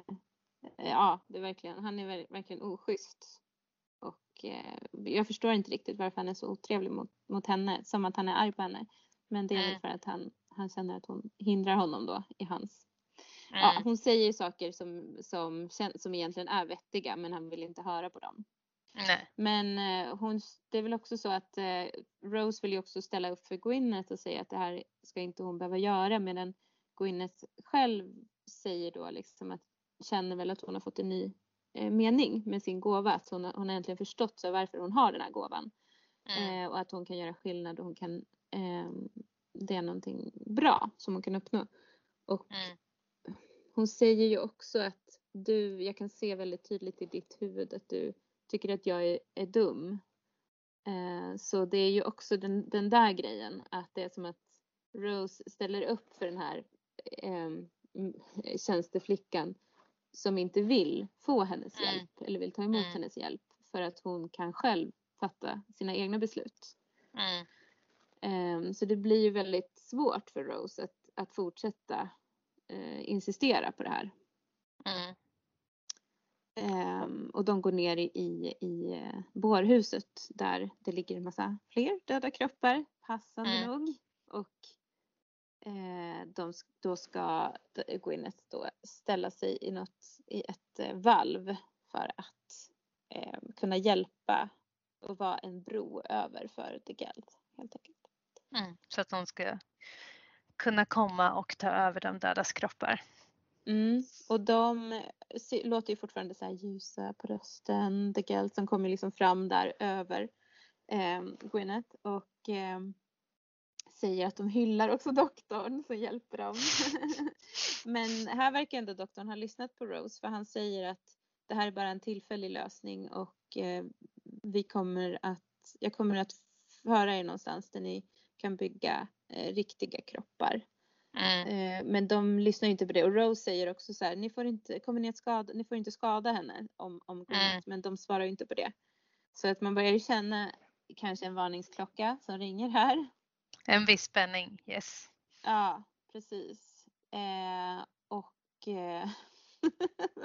ja det är verkligen, han är ver- verkligen oschysst. Och eh, jag förstår inte riktigt varför han är så otrevlig mot, mot henne. Som att han är arg på henne. Men det är Mm. väl för att han, han känner att hon hindrar honom då i hans. Mm. Ja, hon säger saker som, som, som egentligen är vettiga. Men han vill inte höra på dem. Nej. Men eh, hon, det är väl också så att eh, Rose vill ju också ställa upp för Gwyneth och säga att det här ska inte hon behöva göra. Medan Gwyneth själv säger då liksom att känner väl att hon har fått en ny eh, mening med sin gåva. Att hon, hon har äntligen förstått så varför hon har den här gåvan. Mm. Eh, och att hon kan göra skillnad och hon kan, eh, det är någonting bra som hon kan uppnå. Och Mm. hon säger ju också att du, jag kan se väldigt tydligt i ditt huvud att du tycker att jag är, är dum. Eh, så det är ju också den, den där grejen. Att det är som att Rose ställer upp för den här eh, tjänsteflickan som inte vill få hennes Mm. hjälp. Eller vill ta emot Mm. hennes hjälp. För att hon kan själv fatta sina egna beslut. Mm. Eh, så det blir ju väldigt svårt för Rose att, att fortsätta eh, insistera på det här. Mm. Um, och de går ner i, i, i bårhuset där det ligger en massa fler döda kroppar, passande Mm. nog. Och eh, de, då ska Gwyneth då ställa sig i, något, i ett eh, valv för att eh, kunna hjälpa och vara en bro över för The Geld, helt enkelt. Mm. Så att de ska kunna komma och ta över de dödas kroppar. Mm. Och de låter ju fortfarande så här ljusa på rösten. The Geld som kommer liksom fram där över eh, Gwyneth. Och eh, säger att de hyllar också doktorn som hjälper dem. Men här verkar ändå doktorn ha lyssnat på Rose. För han säger att det här är bara en tillfällig lösning. Och eh, vi kommer att, jag kommer att föra er någonstans där ni kan bygga eh, riktiga kroppar. Mm. Men de lyssnar inte på det. Och Rose säger också så här, ni får inte, kommer ni att skada, ni får inte skada henne om, om Gwyneth. Mm. Men de svarar ju inte på det. Så att man börjar känna kanske en varningsklocka som ringer här. En viss spänning, yes. Ja, precis. Eh, och eh,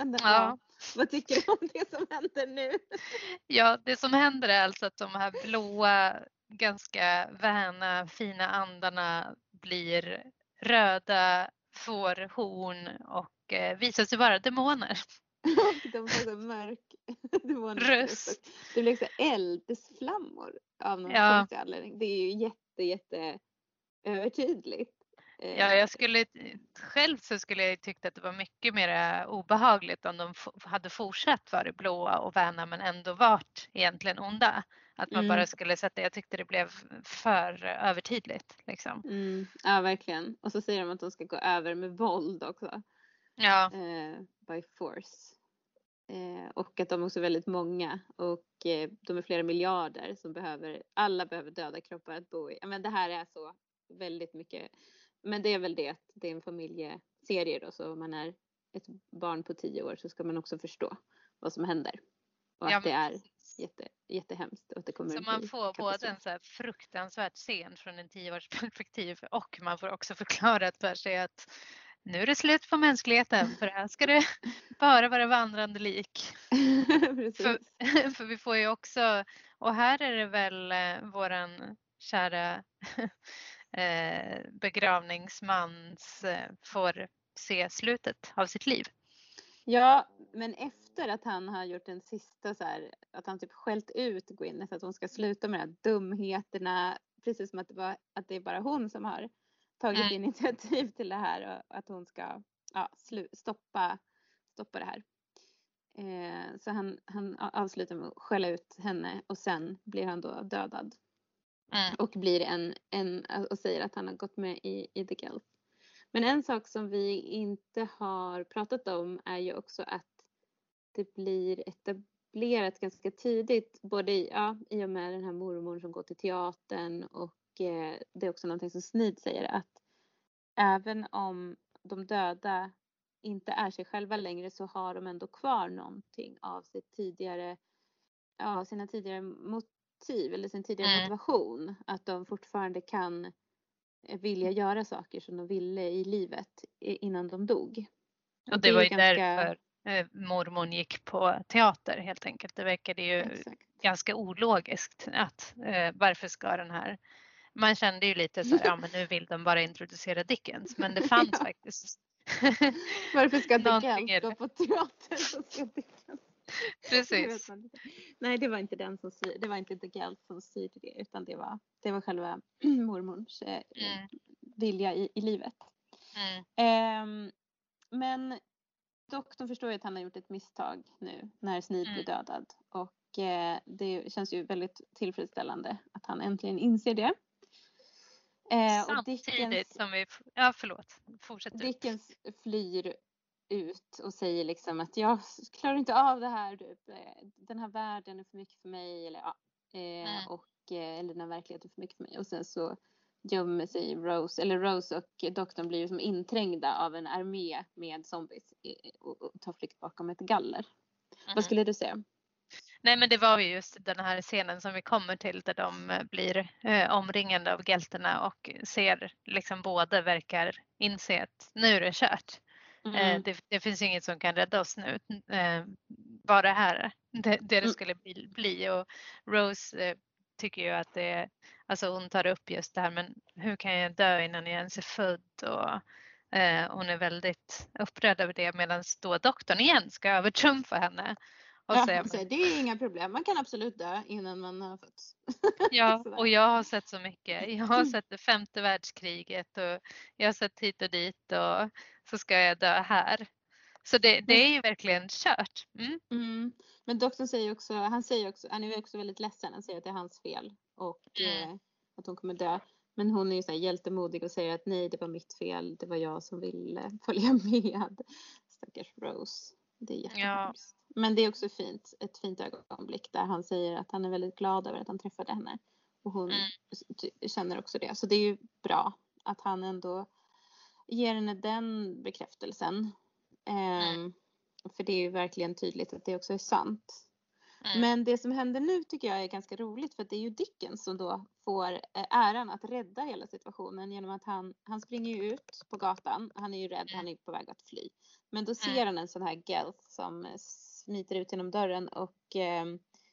händer, Ja. ja. Vad tycker du om det som händer nu? Ja, det som händer är alltså att de här blåa, ganska väna, fina andarna blir röda fårhorn och eh, visar sig vara demoner. Och de får så mörk demonisk röst. Röst. Det blir också eldflammor av någon Ja. konstig anledning. Det är ju jätte, jätte övertydligt. Ja, jag skulle själv så skulle jag tyckt att det var mycket mer obehagligt om de f- hade fortsatt vara blåa och väna men ändå varit egentligen onda. Att man Mm. bara skulle sätta, jag tyckte det blev för övertydligt liksom. Mm, ja, verkligen. Och så säger de att de ska gå över med våld också. Ja, Eh, by force. Eh, och att de också är väldigt många. Och eh, de är flera miljarder som behöver, alla behöver döda kroppar att bo i. Ja, men det här är så väldigt mycket. Men det är väl det att det är en familjeserie då. Så om man är ett barn på tio år så ska man också förstå vad som händer. Och ja, att det men är precis. jätte, jättehemskt. Och att det kommer Så att man bli får både katastrof. en så här fruktansvärd scen från en tioårsperspektiv och man får också förklarat för sig att nu är det slut på mänskligheten för här ska det bara vara vandrande lik. Precis. För, för vi får ju också, och här är det väl eh, våran kära eh, begravningsmans eh, får se slutet av sitt liv. Ja, men efter att han har gjort en sista så här, att han typ skällt ut Gwyneth att hon ska sluta med de här dumheterna, precis som att det, var, att det är bara hon som har tagit Mm. initiativ till det här och att hon ska ja, slu, stoppa, stoppa det här. Eh, så han, han avslutar med att skälla ut henne och sen blir han då dödad. Mm. Och blir en, en och säger att han har gått med i, i The Gelf. Men en sak som vi inte har pratat om är ju också att det blir etablerat ganska tidigt, både i, ja, i och med den här mormor som går till teatern och eh, det är också någonting som Sneed säger att även om de döda inte är sig själva längre så har de ändå kvar någonting av sitt tidigare, ja, sina tidigare motiv eller sin tidigare Mm. motivation. Att de fortfarande kan vilja göra saker som de ville i livet innan de dog. Och, och det, det var ju ganska... därför eh, mormor gick på teater helt enkelt. Det verkade ju Exakt. ganska ologiskt att eh, varför ska den här, man kände ju lite så här, ja men nu vill de bara introducera Dickens, men det fanns ja. faktiskt. Varför ska Dickens gå på teater så ska Dickens? Precis. Det Nej, det var inte den som styr, det var inte The Gelf som styrde det utan det var, det var själva mormors eh, mm. vilja i, i livet. Mm. Eh, men doktorn förstår ju att han har gjort ett misstag nu när Sneed mm. blir dödad och eh, det känns ju väldigt tillfredsställande att han äntligen inser det. Eh, Samtidigt och Dickens, som vi, ja förlåt, fortsätt Dickens flyr ut och säger liksom att jag klarar inte av det här, den här världen är för mycket för mig eller ja, mm. och eller den här verkligheten är för mycket för mig och sen så gömmer sig Rose eller Rose och doktorn blir som inträngda av en armé med zombies och, och tar flykt bakom ett galler. Mm. Vad skulle du säga? Nej, men det var ju just den här scenen som vi kommer till där de blir eh, omringade av gelterna och ser liksom båda verkar inse att nu är det kört. Mm. Eh, det, det finns inget som kan rädda oss nu. Eh, bara här, det det, det skulle bli, bli. Och Rose eh, tycker ju att det, alltså hon tar upp just det här, men hur kan jag dö innan jag ens är född? Och eh, hon är väldigt upprörd över det medan då doktorn igen ska övertrumfa henne. Och ja, säga, men... Det är inga problem. Man kan absolut dö innan man har fötts. Ja, och jag har sett så mycket. Jag har sett det femte världskriget och jag har sett hit och dit och så ska jag dö här. Så det, det är ju verkligen kört. Mm. Mm. Men doktorn säger också, han säger också, han är också väldigt ledsen. Han säger att det är hans fel och mm. eh, att hon kommer dö. Men hon är ju så här hjältemodig och säger att nej, det var mitt fel. Det var jag som ville följa med. Stackars Rose. Det är jättehemskt. Ja. Men det är också fint, ett fint ögonblick där han säger att han är väldigt glad över att han träffade henne. Och hon mm. känner också det. Så det är ju bra att han ändå ger henne den bekräftelsen. Mm. Um, för det är ju verkligen tydligt att det också är sant. Mm. Men det som händer nu tycker jag är ganska roligt, för att det är ju Dickens som då får eh, äran att rädda hela situationen genom att han, han springer ju ut på gatan. Han är ju rädd, Mm. han är på väg att fly. Men då ser Mm. han en sån här Gelth som eh, smiter ut genom dörren och, eh,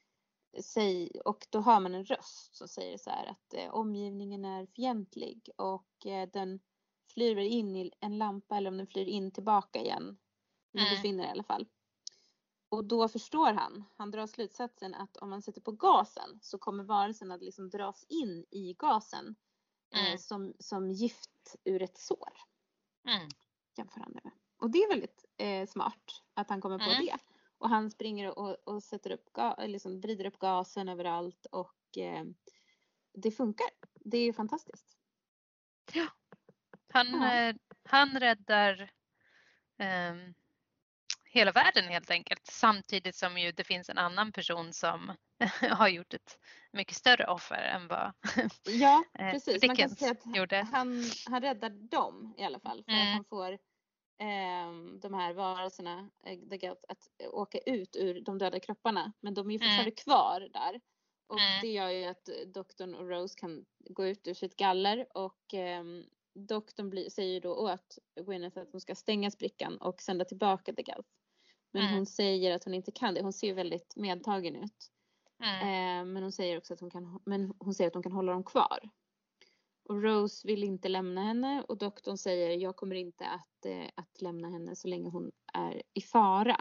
säg, och då hör man en röst som säger så här att eh, omgivningen är fientlig och eh, den flyr väl in i en lampa, eller om den flyr in tillbaka igen. Den Mm. försvinner i alla fall. Och då förstår han, han drar slutsatsen att om man sätter på gasen så kommer varelsen att liksom dras in i gasen Mm. eh, som, som gift ur ett sår. Mm. Jämför han det med. Och det är väldigt eh, smart att han kommer på Mm. det. Och han springer och, och sätter upp, ga- liksom vrider upp gasen överallt och eh, det funkar. Det är fantastiskt. Ja. Han, Ja. eh, han räddar ehm, hela världen helt enkelt. Samtidigt som ju det finns en annan person som har gjort ett mycket större offer än vad Ja, eh, precis. Man kan Dickens säga att gjorde. han, han räddar dem i alla fall. För Mm. att han får eh, de här varelserna eh, The Gelth, att åka ut ur de döda kropparna. Men de är ju fortfarande Mm. kvar där. Och Mm. det gör ju att doktorn och Rose kan gå ut ur sitt galler. Och eh, doktorn blir, säger ju då åt Gwyneth att hon ska stänga sprickan och sända tillbaka The Gelth. Men Mm. hon säger att hon inte kan det. Hon ser ju väldigt medtagen ut. Mm. Eh, men hon säger också att hon kan, men hon säger att hon kan hålla dem kvar. Och Rose vill inte lämna henne och doktorn säger jag kommer inte att, eh, att lämna henne så länge hon är i fara.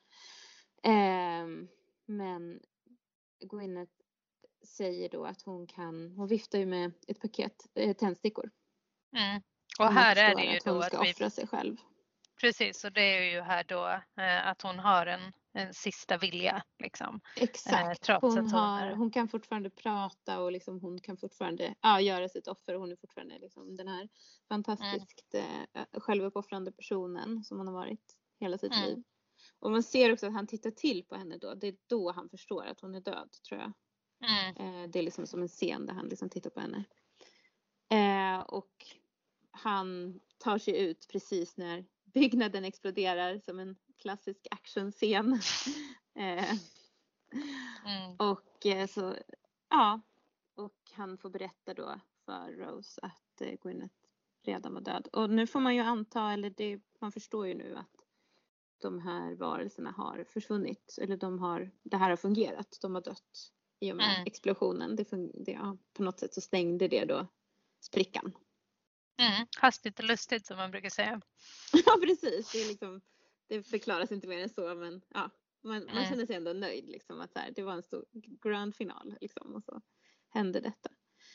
Eh, men Gwyneth säger då att hon kan, hon viftar ju med ett paket eh, tändstickor. Mm. Och Och här man är förstår det ju att hon då ska att vi, offra sig själv. precis, och det är ju här då eh, att hon har en, en sista vilja liksom. Exakt. Eh, trots Hon, att hon har, är- hon kan fortfarande prata och liksom hon kan fortfarande ja, göra sitt offer. Hon är fortfarande liksom den här fantastiskt eh, självuppoffrande personen som hon har varit hela sitt Mm. liv. Och man ser också att han tittar till på henne då. Det är då han förstår att hon är död, tror jag. Mm. Eh, det är liksom som en scen där han liksom tittar på henne. Eh, och han tar sig ut precis när byggnaden exploderar som en klassisk actionscen. eh, Mm. Och eh, så, ja, och han får berätta då för Rose att eh, Gwyneth redan var död. Och nu får man ju anta, eller det, man förstår ju nu att de här varelserna har försvunnit. Eller de har, det här har fungerat, de har dött i och med Mm. explosionen. Det, fun- det, ja, på något sätt så stängde det då sprickan. Mm. Hastigt och lustigt som man brukar säga. Ja, precis. Det, är liksom, det förklaras inte mer än så, men ja, man, man Mm. känner sig ändå nöjd. Liksom, att så här, det var en stor grand final liksom, och så hände detta.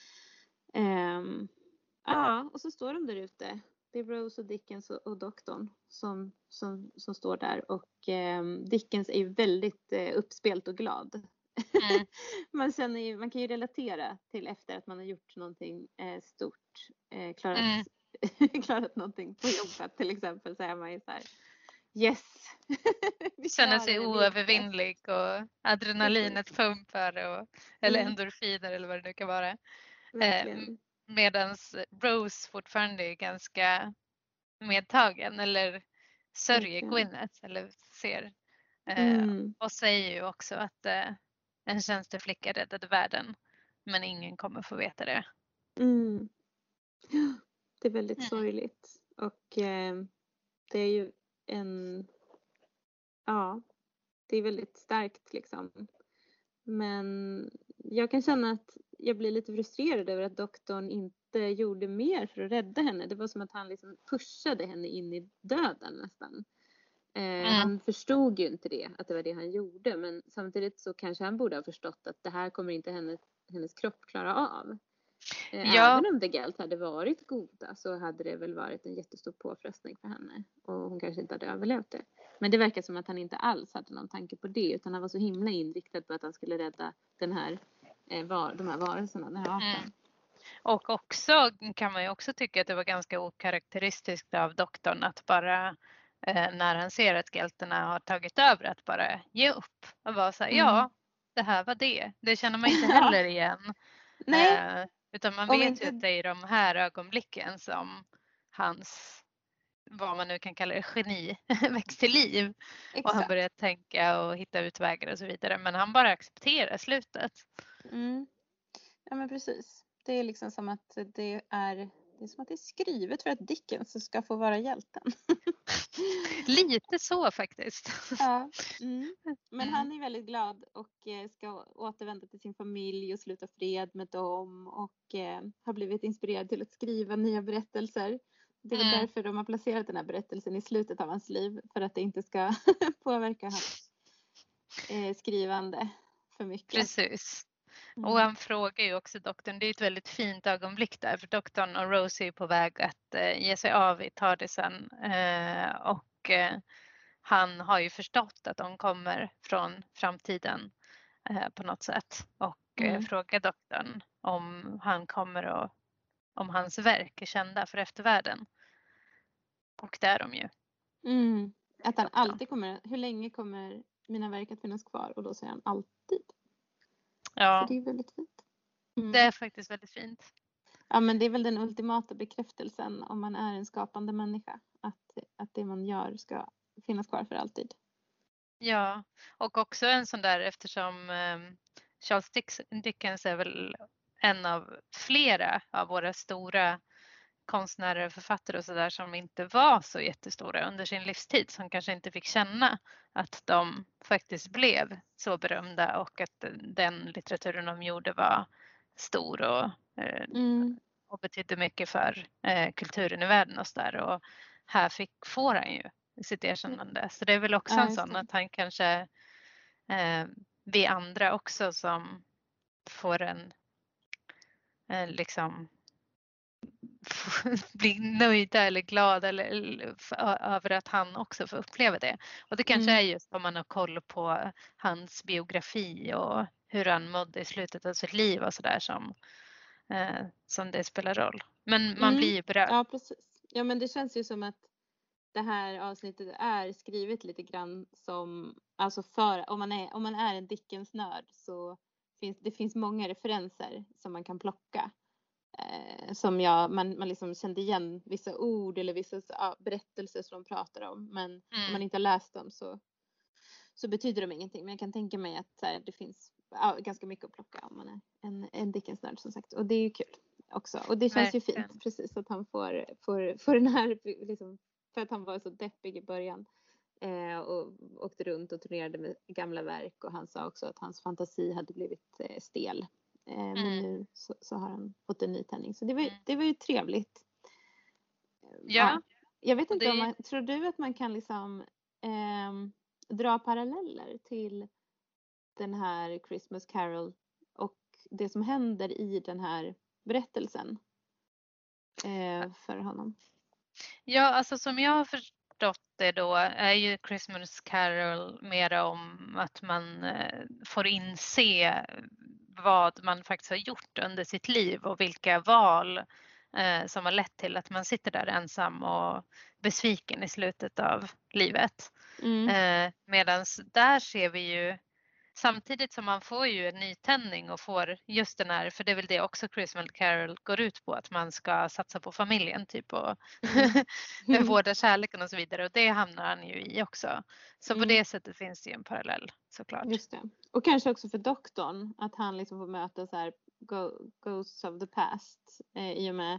Um, ja, och så står de där ute. Det är Rose och Dickens och, och doktorn som, som, som står där. Och um, Dickens är ju väldigt uh, uppspelt och glad. Mm. man, känner ju, man kan ju relatera till efter att man har gjort någonting uh, stort. Uh, klarat, Mm. klarat någonting på jobbet till exempel, så är man ju så här. Yes! Vi Känner klarar sig det, vi oövervinnlig och adrenalinet Precis. pumpar och, eller Mm. endorfiner eller vad det nu kan vara. Verkligen. Eh, medans Rose fortfarande är ganska medtagen eller sörjer Verkligen. Gwyneth eller ser. Eh, Mm. och säger ju också att eh, en tjänsteflicka räddade världen men ingen kommer få veta det. Mm. Det är väldigt Mm. sorgligt. Och eh, det är ju en, ja, det är väldigt starkt liksom. Men jag kan känna att jag blir lite frustrerad över att doktorn inte gjorde mer för att rädda henne. Det var som att han liksom pushade henne in i döden nästan. Eh, Mm. Han förstod ju inte det, att det var det han gjorde. Men samtidigt så kanske han borde ha förstått att det här kommer inte hennes, hennes kropp klara av. Eh, Ja. Även om The Gelth hade varit goda så hade det väl varit en jättestor påfrestning för henne. Och hon kanske inte hade överlevt det. Men det verkar som att han inte alls hade någon tanke på det. Utan han var så himla inriktad på att han skulle rädda den här, eh, var, de här varelserna, den här arten. Mm. Och också kan man ju också tycka att det var ganska okaraktäristiskt av doktorn att bara eh, när han ser att gelterna har tagit över att bara ge upp och vara så här, Mm. ja, det här var det. Det känner man inte heller igen. Nej. Eh, utan man Om vet inte- ju att det är i de här ögonblicken som hans vad man nu kan kalla det, geni väcks till liv. Exakt. Och han börjar tänka och hitta utvägar och så vidare. Men han bara accepterar slutet. Mm. Ja men precis. Det är liksom som att det är, det är som att det är skrivet för att Dickens ska få vara hjälten. Lite så faktiskt. Ja. Mm. Men Mm. han är väldigt glad och eh, ska återvända till sin familj och sluta fred med dem och eh, har blivit inspirerad till att skriva nya berättelser. Det är väl Mm. därför de har placerat den här berättelsen i slutet av hans liv, för att det inte ska påverka hans eh, skrivande för mycket. Precis. Mm. Och han frågar ju också doktorn, det är ett väldigt fint ögonblick där, för doktorn och Rosie är på väg att eh, ge sig av i Tardisen eh, och eh, han har ju förstått att de kommer från framtiden eh, på något sätt och Mm. eh, frågar doktorn om han kommer att, om hans verk är kända för eftervärlden. Och det är de ju. Mm. Att han Doktorn. alltid kommer, hur länge kommer mina verk att finnas kvar? Och då säger han alltid. Ja, Så det är väldigt fint. Mm. det är faktiskt väldigt fint. Ja men det är väl den ultimata bekräftelsen om man är en skapande människa. Att, att det man gör ska finnas kvar för alltid. Ja, och också en sån där, eftersom eh, Charles Dickens är väl en av flera av våra stora konstnärer och författare och sådär som inte var så jättestora under sin livstid, som kanske inte fick känna att de faktiskt blev så berömda och att den litteraturen de gjorde var stor och, eh, Mm. och betydde mycket för eh, kulturen i världen och sådär. Och här fick, får han ju sitt erkännande. Så det är väl också Ja, en just sån det. att han kanske, eh, vi andra också som får en, en liksom bli nöjda eller glada eller, eller, över att han också får uppleva det. Och det kanske Mm. är just om man har koll på hans biografi och hur han mådde i slutet av sitt liv och sådär som, eh, som det spelar roll. Men man Mm. blir ju berörd. Ja precis. Ja men det känns ju som att det här avsnittet är skrivet lite grann som, alltså för, om man är, om man är en Dickens-nörd så finns det finns många referenser som man kan plocka. Eh, som jag, man, man liksom kände igen vissa ord eller vissa ja, berättelser som de pratar om. Men Mm. om man inte har läst dem så, så betyder de ingenting. Men jag kan tänka mig att så här, det finns ja, ganska mycket att plocka om man är en, en Dickens-nörd som sagt. Och det är ju kul också. Och det känns Verkligen. ju fint precis att han får, får, får den här, liksom, för att han var så deppig i början. Eh, och åkte runt och turnerade med gamla verk. Och han sa också att hans fantasi hade blivit eh, stel. Eh, mm. Men nu så, så har han fått en ny tändning. Så det var, mm. det var ju trevligt. Ja. ja. Jag vet inte det... om man, tror du att man kan liksom eh, dra paralleller till den här Christmas Carol och det som händer i den här berättelsen eh, för honom? Ja, alltså som jag har förstått det då är ju Christmas Carol mer om att man eh, får inse vad man faktiskt har gjort under sitt liv och vilka val eh, som har lett till att man sitter där ensam och besviken i slutet av livet. Mm. Eh, Medan där ser vi ju samtidigt som man får ju en nytändning och får just den här, för det är väl det också Christmas Carol går ut på, att man ska satsa på familjen typ och mm. vårda kärleken och så vidare, och det hamnar han ju i också. Så mm. på det sättet finns det ju en parallell såklart. Just det. Och kanske också för doktorn att han liksom får möta så här Ghosts of the Past eh, i och med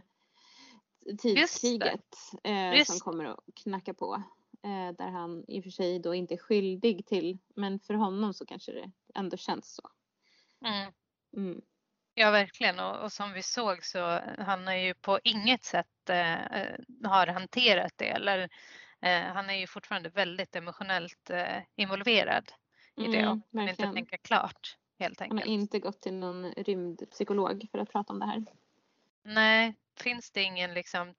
tidskriget eh, som kommer att knacka på. Eh, där han i och för sig då inte är skyldig till, men för honom så kanske det ändå känns så. Mm. Mm. Ja, verkligen. Och, och som vi såg så han har ju på inget sätt eh, har hanterat det. Eller, eh, han är ju fortfarande väldigt emotionellt eh, involverad i det. Mm, och kan inte tänka klart helt enkelt. Han har inte gått till någon rymdpsykolog för att prata om det här. Nej, finns det ingen liksom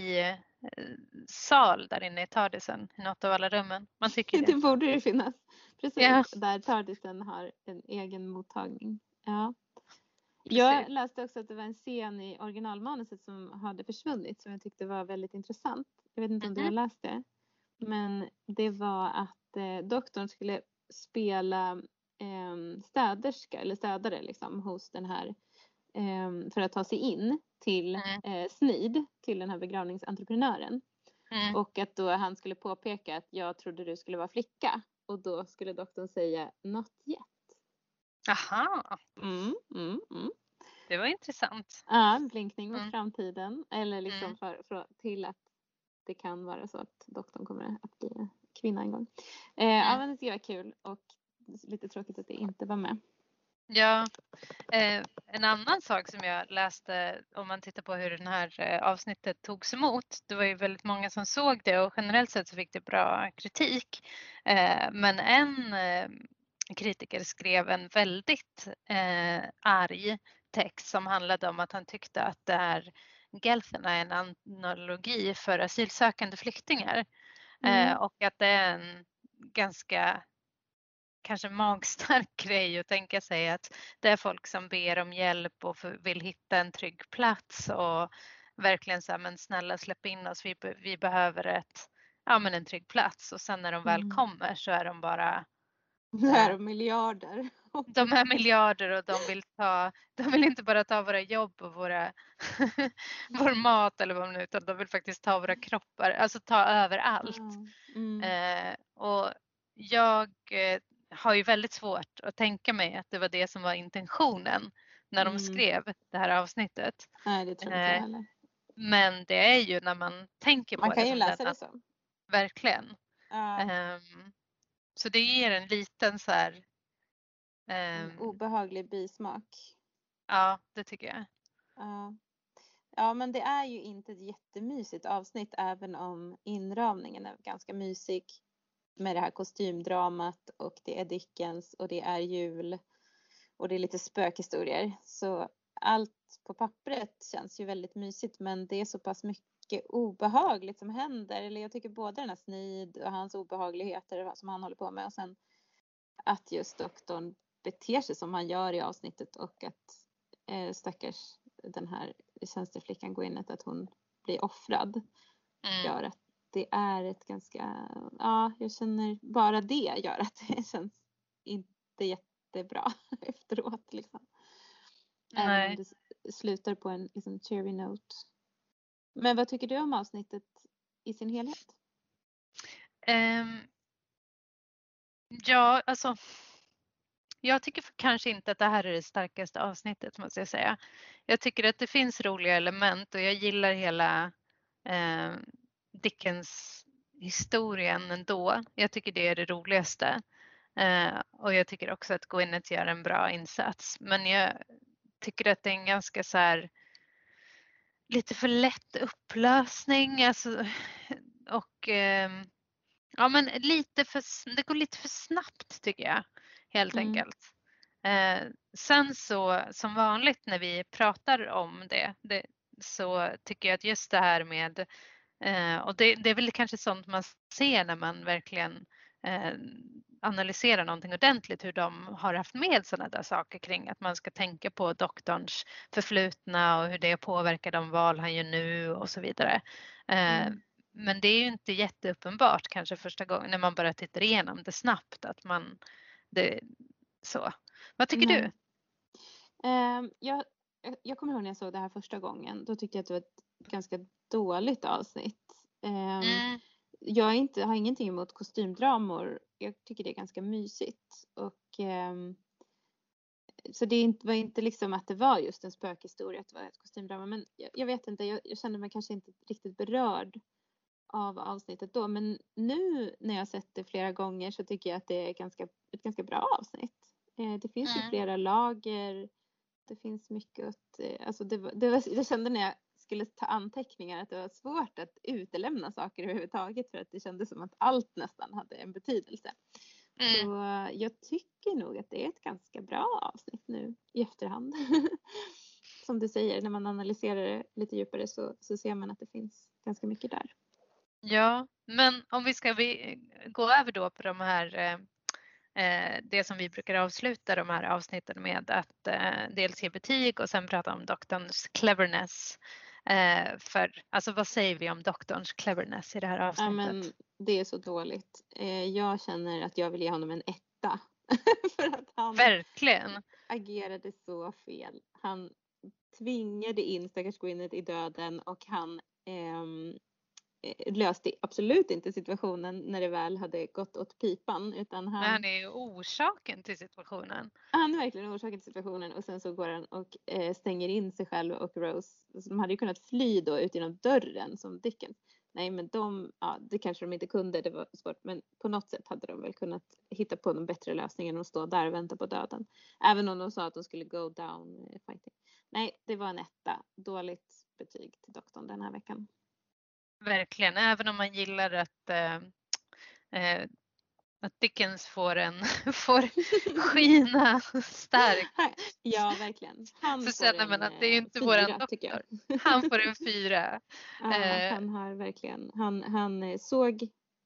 terapisal där inne i Tardisen i något av alla rummen? Man tycker det. Det borde det finnas. Precis, ja. Där Tardisen har en egen mottagning. Ja. Jag läste också att det var en scen i originalmanuset som hade försvunnit som jag tyckte var väldigt intressant. Jag vet inte om mm-hmm. du har läst det. Men det var att eh, doktorn skulle spela eh, städerska eller städare liksom, hos den här eh, för att ta sig in till eh, Sneed, till den här begravningsentreprenören. Mm. Och att då han skulle påpeka att jag trodde du skulle vara flicka. Och då skulle doktorn säga not yet. Aha, Mm, mm, mm. det var intressant. Ja, en blinkning mot Mm. framtiden. Eller liksom Mm. för, för, till att det kan vara så att doktorn kommer att bli kvinna en gång. Eh, Ja, men det ska vara kul. Och lite tråkigt att det inte var med. Ja, eh, en annan sak som jag läste om man tittar på hur den här eh, avsnittet togs emot. Det var ju väldigt många som såg det och generellt sett så fick det bra kritik. Eh, men en eh, kritiker skrev en väldigt eh, arg text som handlade om att han tyckte att det här Gelfen är en analogi för asylsökande flyktingar. Mm. Eh, och att det är en ganska kanske magstark grej att tänka sig att det är folk som ber om hjälp och vill hitta en trygg plats och verkligen så här, men snälla släpp in oss, vi, vi behöver ett, ja, men en trygg plats, och sen när de väl Mm. kommer så är de bara Det är miljarder. de är miljarder och de vill ta, de vill inte bara ta våra jobb och våra vår mat eller vad man nu, utan de vill faktiskt ta våra kroppar, alltså ta över allt. Mm. Eh, och jag eh, har ju väldigt svårt att tänka mig att det var det som var intentionen när de Mm. skrev det här avsnittet. Nej, det tror inte jag Eh, heller. men det är ju när man tänker Man på kan det ju som läsa denna, det så. verkligen. Ja, Ehm, så det ger en liten så här, en ehm, obehaglig bismak. ja, det tycker jag. Ja. Ja, men det är ju inte ett jättemysigt avsnitt, även om inramningen är ganska mysig med det här kostymdramat, och det är Dickens och det är jul och det är lite spökhistorier. Så allt på pappret känns ju väldigt mysigt, men det är så pass mycket obehagligt som händer. Eller jag tycker både den här Sneed och hans obehagligheter som han håller på med, och sen att just doktorn beter sig som han gör i avsnittet, och att eh, stackars den här tjänsteflickan går in att hon blir offrad, Mm. gör att det är ett ganska, ja, jag känner bara det gör att det känns inte jättebra efteråt liksom. Även Nej. om det slutar på en liksom cheery note. Men vad tycker du om avsnittet i sin helhet? Um, ja, alltså jag tycker kanske inte att det här är det starkaste avsnittet, måste jag säga. Jag tycker att det finns roliga element och jag gillar hela eh, Dickens historien ändå. Jag tycker det är det roligaste. Eh, och jag tycker också att Gwyneth gör en bra insats. Men jag tycker att det är en ganska så här lite för lätt upplösning. Alltså, och eh, ja, men lite för, det går lite för snabbt tycker jag, helt Mm. enkelt. Eh, sen så som vanligt när vi pratar om det, det så tycker jag att just det här med, eh, och det, det är väl kanske sånt man ser när man verkligen eh, analyserar någonting ordentligt, hur de har haft med sådana där saker kring att man ska tänka på doktorns förflutna och hur det påverkar de val han gör nu och så vidare. Eh, Mm. Men det är ju inte jätteuppenbart kanske första gången när man bara tittar igenom det snabbt att man det så. Vad tycker Nej. du? Um, jag, jag kommer ihåg när jag såg det här första gången. Då tyckte jag att det var ett ganska dåligt avsnitt. Um, Mm. Jag är inte, har ingenting emot kostymdramor. Jag tycker det är ganska mysigt. Och, um, så det inte, var inte liksom att det var just en spökhistoria, att det var ett kostymdrama. Men jag, jag vet inte, jag, jag kände mig kanske inte riktigt berörd av avsnittet då. Men nu när jag sett det flera gånger så tycker jag att det är ganska, ett ganska bra avsnitt. Eh, det finns Mm. ju flera lager. Det finns mycket att, alltså det, var, det var, jag kände när jag skulle ta anteckningar att det var svårt att utelämna saker överhuvudtaget, för att det kändes som att allt nästan hade en betydelse. Mm. Så jag tycker nog att det är ett ganska bra avsnitt nu i efterhand. Som du säger, när man analyserar det lite djupare så, så ser man att det finns ganska mycket där. Ja, men om vi ska vi gå över då på de här eh, det som vi brukar avsluta de här avsnitten med, att eh, dels ge betyg och sen prata om doktorns cleverness. Eh, för alltså vad säger vi om doktorns cleverness i det här avsnittet? Ja, men det är så dåligt. Eh, jag känner att jag vill ge honom en etta. För att han Verkligen. agerade så fel. Han tvingade in stackars Gwyneth i döden, och han ehm, löste absolut inte situationen när det väl hade gått åt pipan, utan han, han är ju orsaken till situationen. Han är verkligen orsaken till situationen, och sen så går han och eh, stänger in sig själv och Rose. De hade ju kunnat fly då ut genom dörren som Dickens. Nej, men de, ja, det kanske de inte kunde, det var svårt, men på något sätt hade de väl kunnat hitta på någon bättre lösning än att stå där och vänta på döden. Även om de sa att de skulle go down fighting. Nej, det var en etta. Dåligt betyg till doktorn den här veckan. Verkligen, även om man gillar att, äh, äh, att Dickens får, en, får skina starkt. Ja, verkligen. Han så får känner en man att det är inte fyra, våran doktor. Han får en fyra. Ja, han har verkligen, han, han såg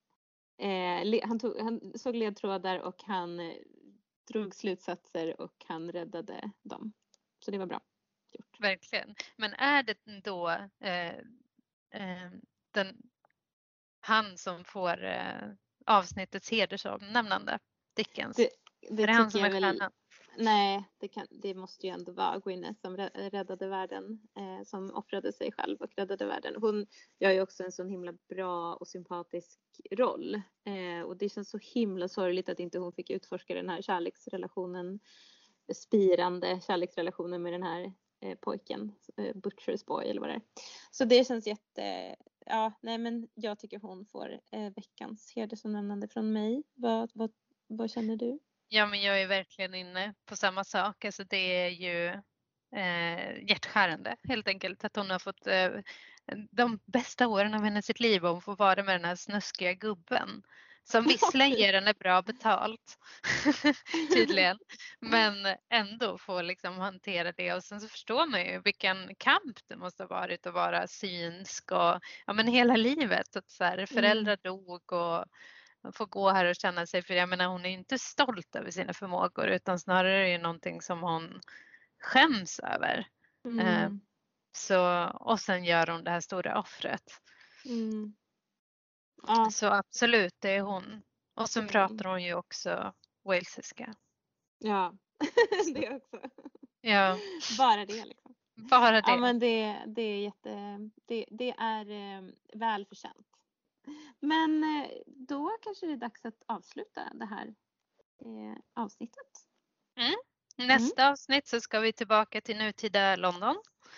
eh, han, tog, han såg ledtrådar och han eh, drog slutsatser och han räddade dem. Så det var bra gjort. Verkligen. Men är det då eh, eh, den, han som får eh, avsnittets hedersomnämnande, Dickens? Det, det är det han som är väl, stjärnan? Nej, det, kan, det måste ju ändå vara Gwyneth som räddade världen, eh, som offrade sig själv och räddade världen. Hon gör ju också en sån himla bra och sympatisk roll. Eh, och det känns så himla sorgligt att inte hon fick utforska den här kärleksrelationen, spirande kärleksrelationen med den här eh, pojken, eh, Butcher's boy eller vad det är. Så det känns jätte, ja, nej men jag tycker hon får eh, veckans hedersomnämnande från mig. Vad, vad, vad känner du? Ja, men jag är verkligen inne på samma sak. Alltså det är ju eh, hjärtskärande helt enkelt att hon har fått eh, de bästa åren av hennes liv och hon får vara med den här snuskiga gubben som visserligen ger henne bra betalt tydligen, men ändå får liksom hantera det. Och sen så förstår man ju vilken kamp det måste ha varit att vara synsk och ja, men hela livet. Att så här, föräldrar mm. dog och man får gå här och känna sig, för jag menar hon är inte stolt över sina förmågor utan snarare är det någonting som hon skäms över. Mm. Så, och sen gör hon det här stora offret. Mm. Ja. Så absolut, det är hon. Och sen mm. pratar hon ju också walesiska. Ja, det också. Ja. Bara det liksom. Bara det. Ja, men det, det är jätte, det, det är eh, välförtjänt. Men då kanske det är dags att avsluta det här eh, avsnittet. Mm. Nästa mm. avsnitt så ska vi tillbaka till nutida London.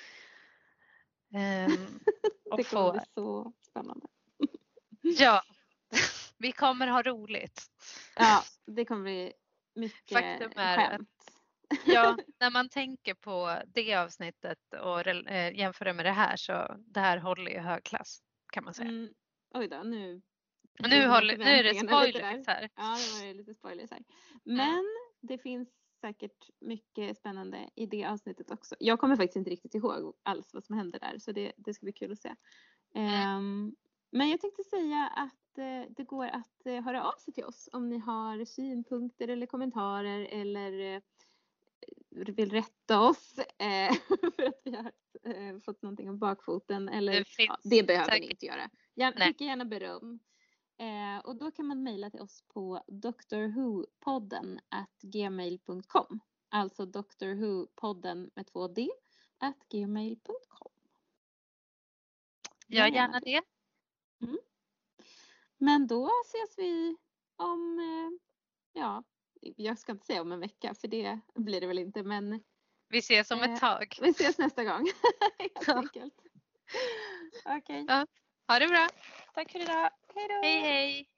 Um, och det kommer få... bli så spännande. Ja, vi kommer ha roligt. Ja, det kommer bli mycket Faktum är skämt. Att, ja, när man tänker på det avsnittet och äh, jämför med det här så det här håller ju hög klass kan man säga. Mm. Oj då, nu. Nu, håller, nu är det spoilers här. Ja, det var lite spoilers här. Men mm. det finns säkert mycket spännande i det avsnittet också. Jag kommer faktiskt inte riktigt ihåg alls vad som händer där. Så det, det ska bli kul att se. Mm. Um, men jag tänkte säga att uh, det går att uh, höra av sig till oss. Om ni har synpunkter eller kommentarer. Eller uh, vill rätta oss. Uh, för att vi har uh, fått någonting om bakfoten. Eller, det, ja, det behöver säkert. Ni inte göra. Gärna, skicka gärna beröm. Eh, och då kan man mejla till oss på doctorwhopodden at gmail punkt com. Alltså doctorwhopodden med två d at gmail punkt com. Gör gärna det. Mm. Men då ses vi om, eh, ja, jag ska inte säga om en vecka för det blir det väl inte, men vi ses om eh, ett tag. Vi ses nästa gång. Helt enkelt. Okej. Okay. Ja. Ha det bra. Tack för idag. Hej då. Hej hej.